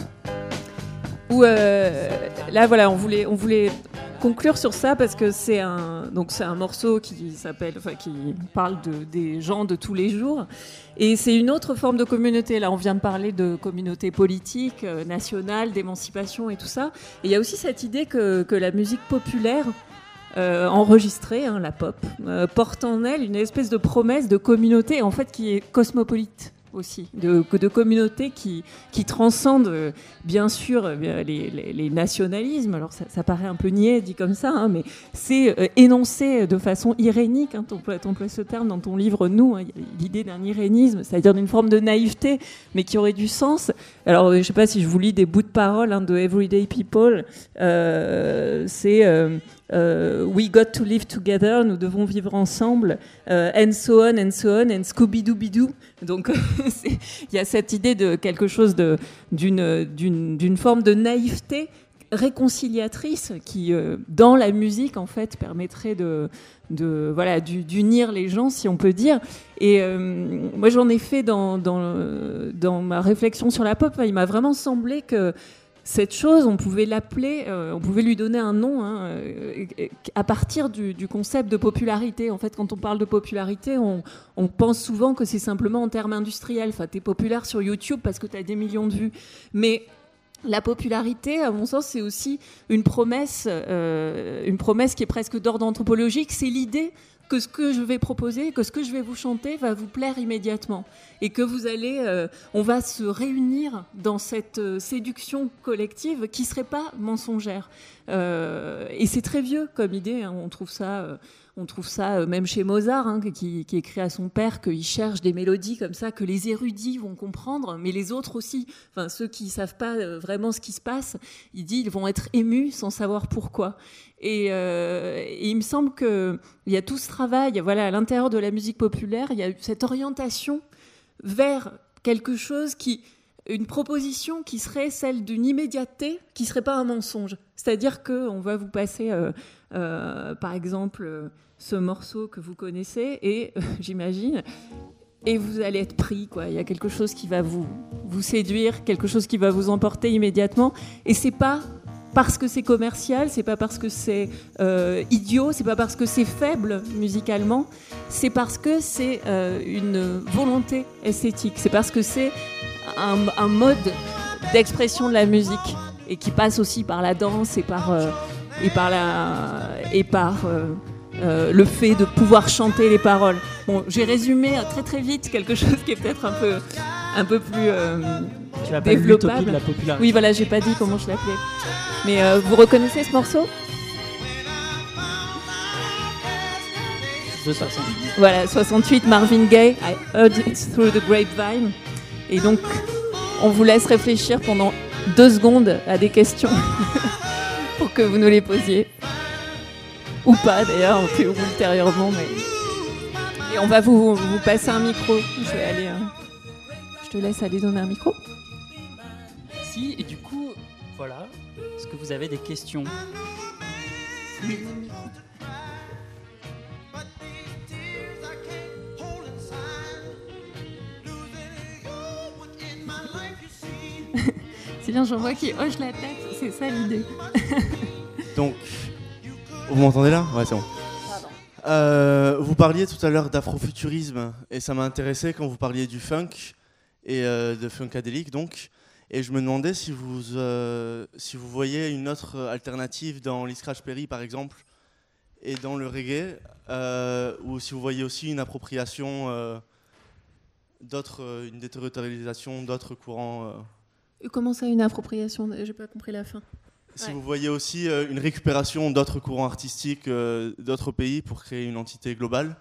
où euh, là, voilà, on voulait... On voulait conclure sur ça parce que c'est un donc c'est un morceau qui s'appelle enfin qui parle de des gens de tous les jours et c'est une autre forme de communauté. Là on vient de parler de communauté politique euh, nationale, d'émancipation et tout ça, et il y a aussi cette idée que que la musique populaire euh, enregistrée hein, la pop euh, porte en elle une espèce de promesse de communauté en fait qui est cosmopolite aussi, de, de communautés qui, qui transcendent euh, bien sûr euh, les, les, les nationalismes. Alors ça, ça paraît un peu niais dit comme ça, hein, mais c'est euh, énoncé de façon irénique, hein, tu emploies ce terme dans ton livre Nous, hein, y a l'idée d'un irénisme, c'est-à-dire d'une forme de naïveté, mais qui aurait du sens. Alors je ne sais pas si je vous lis des bouts de paroles hein, de Everyday People, euh, c'est... Euh, Uh, we got to live together, nous devons vivre ensemble, uh, and so on, and so on, and Scooby-Doo-Bidoo. Donc, il y a cette idée de quelque chose de, d'une, d'une, d'une forme de naïveté réconciliatrice qui, euh, dans la musique, en fait, permettrait de, de, voilà, d'unir les gens, si on peut dire. Et euh, moi, j'en ai fait dans, dans, dans ma réflexion sur la pop. Il m'a vraiment semblé que cette chose, on pouvait l'appeler, euh, on pouvait lui donner un nom hein, euh, à partir du, du concept de popularité. En fait, quand on parle de popularité, on, on pense souvent que c'est simplement en termes industriels. Enfin, t'es populaire sur YouTube parce que t'as des millions de vues. Mais la popularité, à mon sens, c'est aussi une promesse, euh, une promesse qui est presque d'ordre anthropologique. C'est l'idée que ce que je vais proposer, que ce que je vais vous chanter va vous plaire immédiatement. Et que vous allez, euh, on va se réunir dans cette euh, séduction collective qui ne serait pas mensongère. Euh, et c'est très vieux comme idée, hein. On trouve ça... Euh, On trouve ça euh, même chez Mozart, hein, qui, qui écrit à son père qu'il cherche des mélodies comme ça que les érudits vont comprendre, mais les autres aussi. Enfin, ceux qui ne savent pas euh, vraiment ce qui se passe, il dit ils vont être émus sans savoir pourquoi. Et, euh, et il me semble qu'il y a tout ce travail, voilà, à l'intérieur de la musique populaire, il y a cette orientation vers quelque chose qui... une proposition qui serait celle d'une immédiateté, qui ne serait pas un mensonge. C'est-à-dire qu'on va vous passer, euh, euh, par exemple, euh, ce morceau que vous connaissez, et euh, j'imagine, et vous allez être pris, quoi. Il y a quelque chose qui va vous, vous séduire, quelque chose qui va vous emporter immédiatement, et c'est pas parce que c'est commercial, c'est pas parce que c'est euh, idiot, c'est pas parce que c'est faible musicalement, c'est parce que c'est euh, une volonté esthétique, c'est parce que c'est un, un mode d'expression de la musique et qui passe aussi par la danse et par, euh, et par, la, et par euh, euh, le fait de pouvoir chanter les paroles. Bon, j'ai résumé très très vite quelque chose qui est peut-être un peu, un peu plus euh, tu as pas l'utopie de la popularité. Oui, voilà, j'ai pas dit comment je l'appelais. Mais euh, vous reconnaissez ce morceau ? De soixante-huit. Voilà, soixante-huit, Marvin Gaye, I Heard It Through the Grapevine. Et donc, on vous laisse réfléchir pendant deux secondes à des questions pour que vous nous les posiez. Ou pas, d'ailleurs, ou ultérieurement. Mais... Et on va vous, vous passer un micro. Je vais aller... Euh... Je te laisse aller donner un micro. Si, et du coup, voilà. Est-ce que vous avez des questions ? C'est bien, j'en vois qui hoche la tête, c'est ça l'idée. Donc, vous m'entendez là ? Ouais, c'est bon. Euh, vous parliez tout à l'heure d'afrofuturisme, et ça m'a intéressé quand vous parliez du funk, et euh, de funkadélique donc. Et je me demandais si vous, euh, si vous voyez une autre alternative dans Lee Scratch Perry, par exemple, et dans le reggae, euh, ou si vous voyez aussi une appropriation, euh, d'autres, euh, une déterritorialisation d'autres courants. Euh. Comment ça, une appropriation ? J'ai pas compris la fin. Si ouais. vous voyez aussi euh, une récupération d'autres courants artistiques euh, d'autres pays pour créer une entité globale,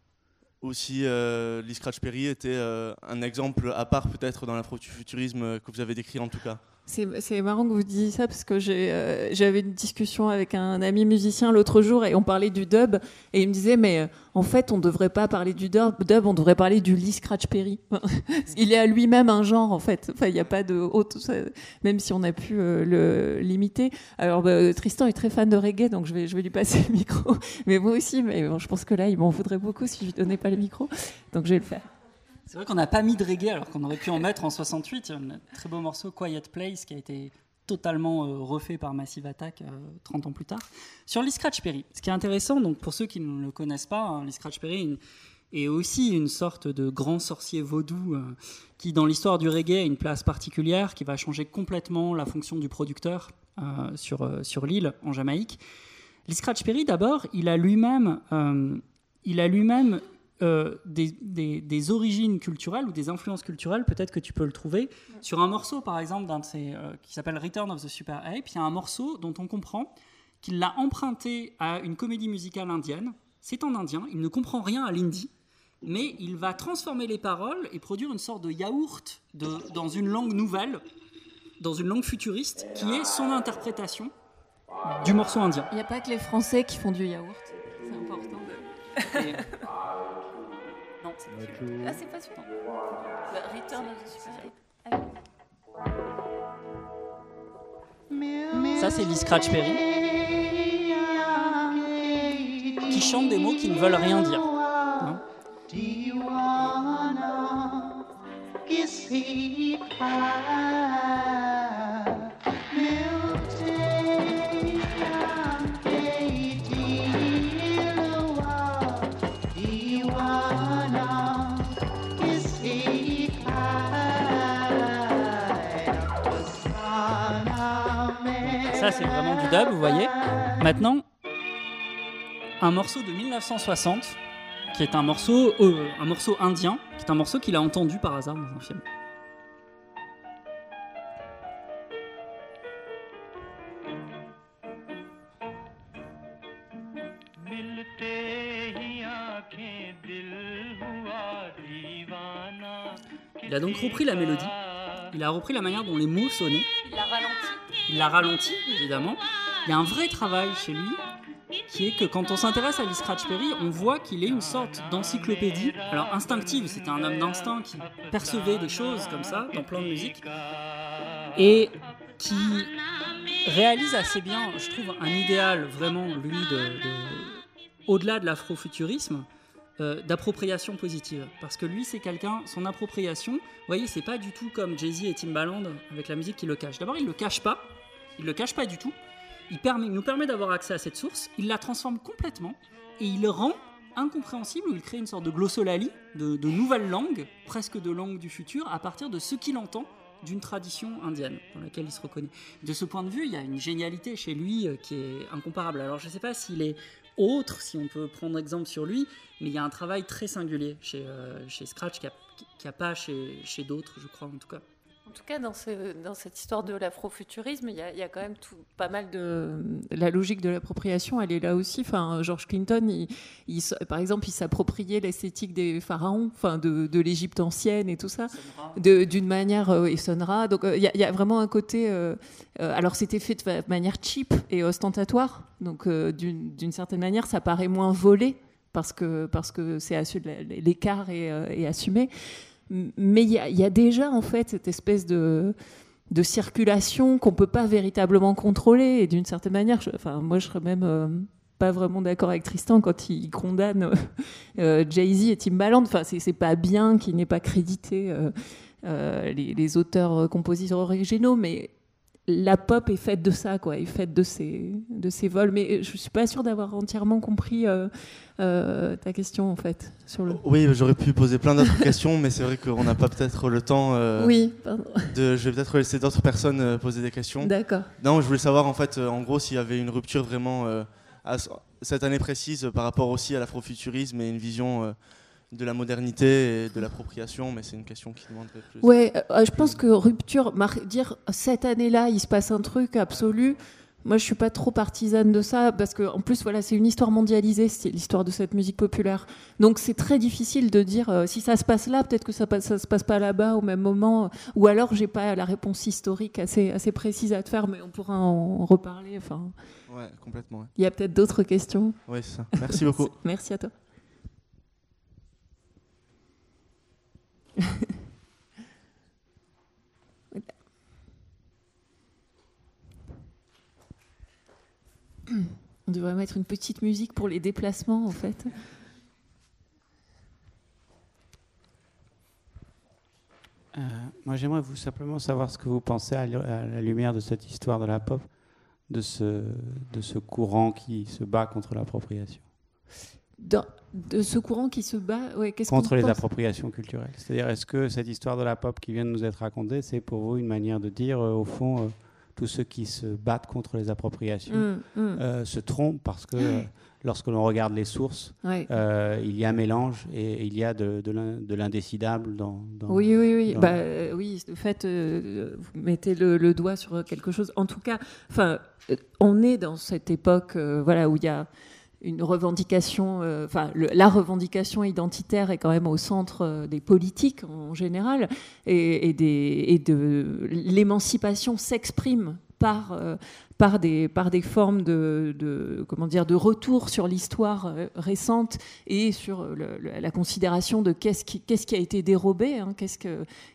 ou si euh, Lee Scratch Perry était euh, un exemple à part peut-être dans l'afrofuturisme que vous avez décrit en tout cas. C'est, c'est marrant que vous disiez ça parce que j'ai, euh, j'avais une discussion avec un ami musicien l'autre jour et on parlait du dub et il me disait mais euh, en fait on ne devrait pas parler du dub, dub, on devrait parler du Lee Scratch Perry. Il est à lui-même un genre en fait, enfin, il n'y a pas de haute, même si on a pu euh, le limiter. Alors bah, Tristan est très fan de reggae donc je vais, je vais lui passer le micro, mais moi aussi, mais bon, je pense que là il m'en voudrait beaucoup si je lui donnais pas le micro, donc je vais le faire. C'est vrai qu'on n'a pas mis de reggae alors qu'on aurait pu en mettre en soixante-huit. Il y a un très beau morceau, Quiet Place, qui a été totalement euh, refait par Massive Attack euh, trente ans plus tard. Sur Lee Scratch Perry, ce qui est intéressant, donc pour ceux qui ne le connaissent pas, hein, Lee Scratch Perry une, est aussi une sorte de grand sorcier vaudou euh, qui, dans l'histoire du reggae, a une place particulière, qui va changer complètement la fonction du producteur euh, sur, euh, sur l'île, en Jamaïque. Lee Scratch Perry, d'abord, il a lui-même... Euh, il a lui-même Euh, des, des, des origines culturelles ou des influences culturelles, peut-être que tu peux le trouver sur un morceau par exemple d'un de ces, euh, qui s'appelle Return of the Super Ape. Il y a un morceau dont on comprend qu'il l'a emprunté à une comédie musicale indienne. C'est en indien, il ne comprend rien à l'hindi, mais il va transformer les paroles et produire une sorte de yaourt de, dans une langue nouvelle, dans une langue futuriste, qui est son interprétation du morceau indien. Il n'y a pas que les Français qui font du yaourt, c'est important de... Et... Non, c'est pas celui-là. Ah, c'est pas celui-là. Bah, Return of the Super Ape. Ça, c'est Lee Scratch Perry, qui chante des mots qui ne veulent rien dire. Hein. Ça, c'est vraiment du dub, vous voyez. Maintenant, un morceau de mille neuf cent soixante, qui est un morceau, euh, un morceau indien, qui est un morceau qu'il a entendu par hasard dans un film. Il a donc repris la mélodie, il a repris la manière dont les mots sonnaient. Il l'a ralenti. Il l'a ralenti, évidemment. Il y a un vrai travail chez lui, qui est que quand on s'intéresse à Lee Scratch Perry, on voit qu'il est une sorte d'encyclopédie. Alors instinctive, c'était un homme d'instinct qui percevait des choses comme ça, dans plein de musique, et qui réalise assez bien, je trouve, un idéal vraiment, lui, de, de, au-delà de l'afrofuturisme, euh, d'appropriation positive. Parce que lui, c'est quelqu'un, son appropriation, vous voyez, c'est pas du tout comme Jay-Z et Timbaland avec la musique qui le cache. D'abord, il le cache pas, il le cache pas du tout. Il, permet, il nous permet d'avoir accès à cette source, il la transforme complètement et il le rend incompréhensible, ou il crée une sorte de glossolalie, de, de nouvelles langues, presque de langues du futur, à partir de ce qu'il entend d'une tradition indienne dans laquelle il se reconnaît. De ce point de vue, il y a une génialité chez lui euh, qui est incomparable. Alors je ne sais pas s'il est autre, si on peut prendre exemple sur lui, mais il y a un travail très singulier chez, euh, chez Scratch qu'il n'y a, a pas chez, chez d'autres, je crois en tout cas. En tout cas, dans, ce, dans cette histoire de l'afrofuturisme, il y a, il y a quand même tout, pas mal de... La logique de l'appropriation, elle est là aussi. Enfin, George Clinton, il, il, par exemple, il s'appropriait l'esthétique des pharaons, enfin, de, de l'Égypte ancienne et tout ça, de, d'une manière... Euh, et Sun Ra. Donc, euh, il, y a, il y a vraiment un côté... Euh, euh, alors, c'était fait de manière cheap et ostentatoire. Donc, euh, d'une, d'une certaine manière, ça paraît moins volé parce que, parce que c'est assu, l'écart est, euh, est assumé. Mais il y, y a déjà en fait cette espèce de, de circulation qu'on ne peut pas véritablement contrôler, et d'une certaine manière, je, enfin, moi je serais même euh, pas vraiment d'accord avec Tristan quand il condamne euh, Jay-Z et Timbaland. Enfin, c'est, c'est pas bien qu'il n'ait pas crédité euh, euh, les, les auteurs compositeurs originaux, mais la pop est faite de ça, quoi, est faite de ces, de ces vols. Mais je suis pas sûre d'avoir entièrement compris euh, euh, ta question, en fait. Sur le... Oui, j'aurais pu poser plein d'autres questions, mais c'est vrai qu'on n'a pas peut-être le temps. Euh, oui, pardon. De, je vais peut-être laisser d'autres personnes euh, poser des questions. D'accord. Non, je voulais savoir, en fait, euh, en gros, s'il y avait une rupture vraiment euh, à cette année précise euh, par rapport aussi à l'afrofuturisme et une vision... Euh, de la modernité et de l'appropriation, mais c'est une question qui demanderait plus. Ouais, euh, je pense que rupture, dire cette année-là, il se passe un truc absolu. Moi, je suis pas trop partisane de ça parce que, en plus, voilà, c'est une histoire mondialisée, c'est l'histoire de cette musique populaire. Donc, c'est très difficile de dire euh, si ça se passe là, peut-être que ça, ça se passe pas là-bas au même moment, ou alors j'ai pas la réponse historique assez assez précise à te faire, mais on pourra en reparler. Enfin. Ouais, complètement. Ouais. Il y a peut-être d'autres questions. Oui, c'est ça. Merci beaucoup. Merci à toi. On devrait mettre une petite musique pour les déplacements, en fait. Euh, moi, j'aimerais vous simplement savoir ce que vous pensez à la lumière de cette histoire de la pop, de ce, de ce courant qui se bat contre l'appropriation. Dans, de ce courant qui se bat ouais, qu'est-ce contre qu'on les pense appropriations culturelles. C'est-à-dire, est-ce que cette histoire de la pop qui vient de nous être racontée, c'est pour vous une manière de dire, euh, au fond, euh, tous ceux qui se battent contre les appropriations mmh, mmh. Euh, se trompent parce que euh, lorsque l'on regarde les sources, ouais. euh, il y a un mélange et il y a de, de l'indécidable dans, dans... Oui, oui, oui. Dans... Bah, euh, oui, de fait, euh, vous mettez le, le doigt sur quelque chose. En tout cas, enfin, on est dans cette époque euh, voilà, où il y a une revendication, enfin euh, la revendication identitaire est quand même au centre euh, des politiques en général, et, et, des, et de l'émancipation s'exprime par euh, par des par des formes de, de comment dire de retour sur l'histoire euh, récente et sur le, le, la considération de qu'est-ce qui qu'est-ce qui a été dérobé, hein, qu'est-ce que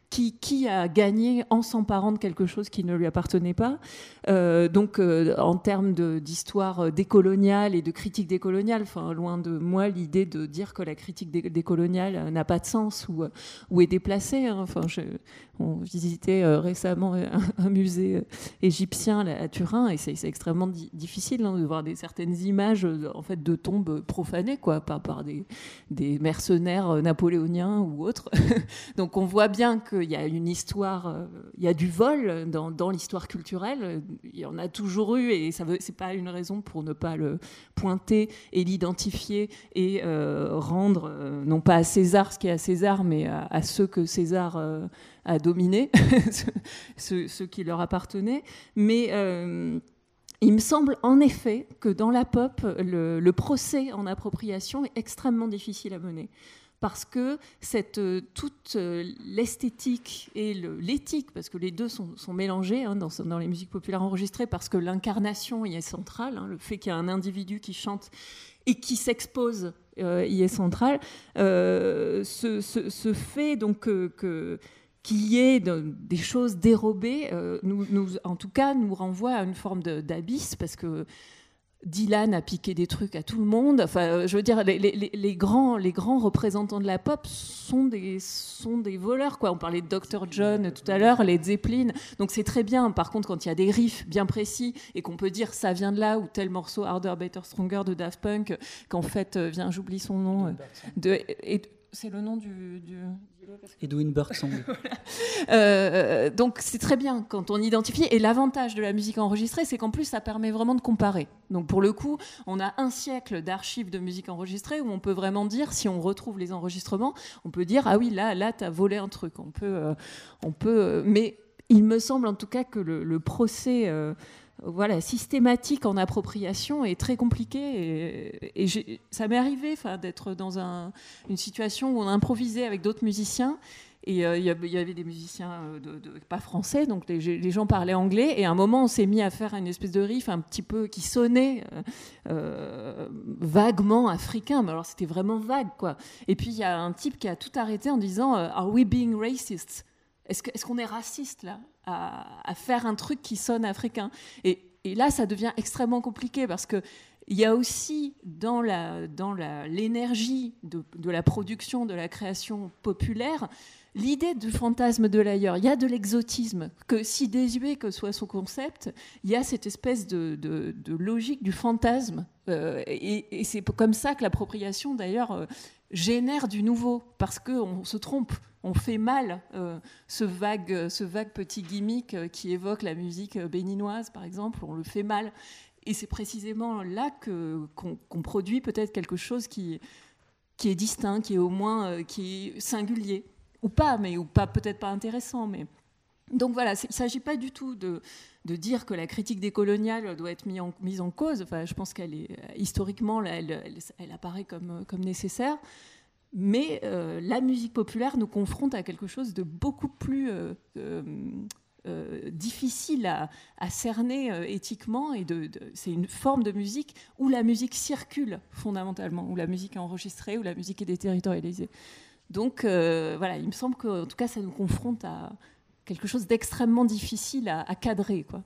qui, qui a gagné en s'emparant de quelque chose qui ne lui appartenait pas. Euh, donc, euh, en termes de, d'histoire décoloniale et de critique décoloniale, enfin, loin de moi l'idée de dire que la critique dé- décoloniale n'a pas de sens ou, ou est déplacée. Hein. Enfin, je, on visitait euh, récemment un, un musée euh, égyptien là, à Turin, et c'est, c'est extrêmement di- difficile hein, de voir des, certaines images euh, en fait, de tombes profanées quoi, par, par des, des mercenaires euh, napoléoniens ou autres. Donc, on voit bien que il y a une histoire, euh, il y a du vol dans, dans l'histoire culturelle. Il y en a toujours eu, et ça veut, c'est pas une raison pour ne pas le pointer et l'identifier et euh, rendre euh, non pas à César ce qui est à César, mais à, à ceux que César euh, a dominés, ceux, ceux qui leur appartenaient. Mais euh, il me semble en effet que dans la pop, le, le procès en appropriation est extrêmement difficile à mener. Parce que cette, euh, toute euh, l'esthétique et le, l'éthique, parce que les deux sont, sont mélangés hein, dans, dans les musiques populaires enregistrées, parce que l'incarnation y est centrale, hein, le fait qu'il y a un individu qui chante et qui s'expose euh, y est central, euh, ce, ce, ce fait donc, euh, que, qu'il y ait de, des choses dérobées, euh, nous, nous, en tout cas, nous renvoie à une forme de, d'abysse, parce que Dylan a piqué des trucs à tout le monde. Enfin, je veux dire, les, les, les, grands, les grands représentants de la pop sont des, sont des voleurs, quoi. On parlait de docteur John tout à l'heure, les Zeppelin. Donc c'est très bien. Par contre, quand il y a des riffs bien précis et qu'on peut dire ça vient de là, ou tel morceau Harder, Better, Stronger de Daft Punk, qu'en fait, vient, j'oublie son nom. De, et, c'est le nom du... du Edwin Burton. Voilà. euh, donc c'est très bien quand on identifie, et l'avantage de la musique enregistrée, c'est qu'en plus ça permet vraiment de comparer. Donc pour le coup, on a un siècle d'archives de musique enregistrée où on peut vraiment dire, si on retrouve les enregistrements, on peut dire ah oui là là t'as volé un truc. On peut, euh, on peut, euh, mais il me semble en tout cas que le, le procès euh, voilà, systématique en appropriation est très compliqué, et, et j'ai, ça m'est arrivé d'être dans un, une situation où on improvisait avec d'autres musiciens, et il euh, y, y avait des musiciens de, de, pas français, donc les, les gens parlaient anglais, et à un moment on s'est mis à faire une espèce de riff un petit peu qui sonnait euh, euh, vaguement africain, mais alors c'était vraiment vague quoi. Et puis il y a un type qui a tout arrêté en disant euh, Are we being racist? Est-ce, que, est-ce qu'on est raciste là à, à faire un truc qui sonne africain? et, et là, ça devient extrêmement compliqué parce qu'il y a aussi dans, la, dans la, l'énergie de, de la production, de la création populaire, l'idée du fantasme de l'ailleurs. Il y a de l'exotisme, que si désuet que soit son concept, il y a cette espèce de, de, de logique du fantasme. Euh, et, et c'est comme ça que l'appropriation, d'ailleurs, euh, génère du nouveau, parce qu'on se trompe. On fait mal euh, ce, vague, ce vague petit gimmick euh, qui évoque la musique euh, béninoise, par exemple. On le fait mal. Et c'est précisément là que, qu'on, qu'on produit peut-être quelque chose qui, qui est distinct, qui est au moins euh, qui est singulier. Ou pas, mais ou pas, peut-être pas intéressant. Mais... Donc voilà, il ne s'agit pas du tout de, de dire que la critique décoloniale doit être mise en, mise en cause. Enfin, je pense qu'elle est, historiquement, là, elle, elle, elle apparaît comme, comme nécessaire. Mais euh, la musique populaire nous confronte à quelque chose de beaucoup plus euh, euh, euh, difficile à, à cerner euh, éthiquement. Et de, de, c'est une forme de musique où la musique circule fondamentalement, où la musique est enregistrée, où la musique est déterritorialisée. Donc euh, voilà, il me semble qu'en tout cas, ça nous confronte à quelque chose d'extrêmement difficile à, à cadrer, quoi.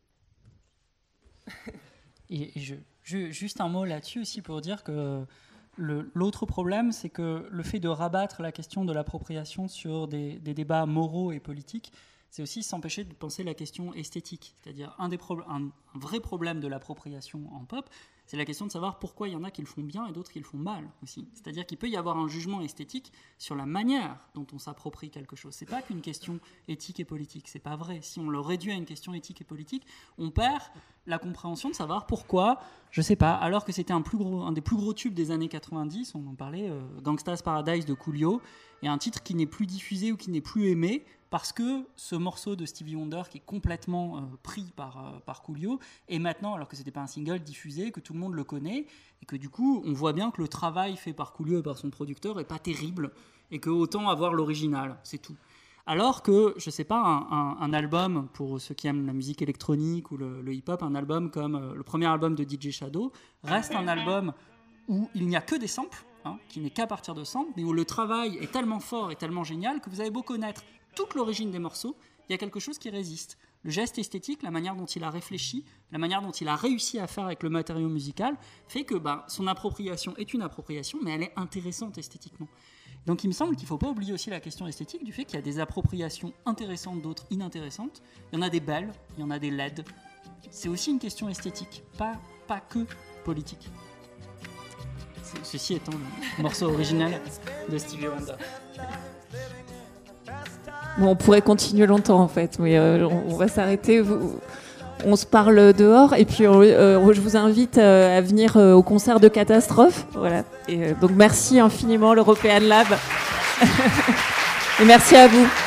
Et, et je, je, juste un mot là-dessus aussi pour dire que Le, l'autre problème, c'est que le fait de rabattre la question de l'appropriation sur des, des débats moraux et politiques, c'est aussi s'empêcher de penser la question esthétique. C'est-à-dire un, des pro- un, un vrai problème de l'appropriation en pop, c'est la question de savoir pourquoi il y en a qui le font bien et d'autres qui le font mal aussi. C'est-à-dire qu'il peut y avoir un jugement esthétique sur la manière dont on s'approprie quelque chose. C'est pas qu'une question éthique et politique, c'est pas vrai. Si on le réduit à une question éthique et politique, on perd la compréhension de savoir pourquoi, je sais pas, alors que c'était un, plus gros, un des plus gros tubes des années quatre-vingt-dix, on en parlait, euh, Gangsta's Paradise de Coolio, et un titre qui n'est plus diffusé ou qui n'est plus aimé, parce que ce morceau de Stevie Wonder qui est complètement euh, pris par, euh, par Coolio est maintenant, alors que c'était pas un single, diffusé, que tout le monde le connaît, et que du coup on voit bien que le travail fait par Coolio et par son producteur est pas terrible, et que autant avoir l'original, c'est tout. Alors que, je sais pas, un, un, un album, pour ceux qui aiment la musique électronique ou le, le hip-hop, un album comme euh, le premier album de D J Shadow, reste un album où il n'y a que des samples, hein, qui n'est qu'à partir de samples, mais où le travail est tellement fort et tellement génial que vous avez beau connaître toute l'origine des morceaux, il y a quelque chose qui résiste. Le geste esthétique, la manière dont il a réfléchi, la manière dont il a réussi à faire avec le matériau musical, fait que bah, son appropriation est une appropriation, mais elle est intéressante esthétiquement. Donc il me semble qu'il ne faut pas oublier aussi la question esthétique du fait qu'il y a des appropriations intéressantes, d'autres inintéressantes. Il y en a des belles, il y en a des laides. C'est aussi une question esthétique, pas, pas que politique. Ceci étant le morceau original de Stevie Wonder. Bon, on pourrait continuer longtemps en fait, mais euh, on, on va s'arrêter. Vous, on se parle dehors et puis euh, je vous invite euh, à venir euh, au concert de Catastrophe. Voilà. Et, euh, donc merci infiniment l'European Lab et merci à vous.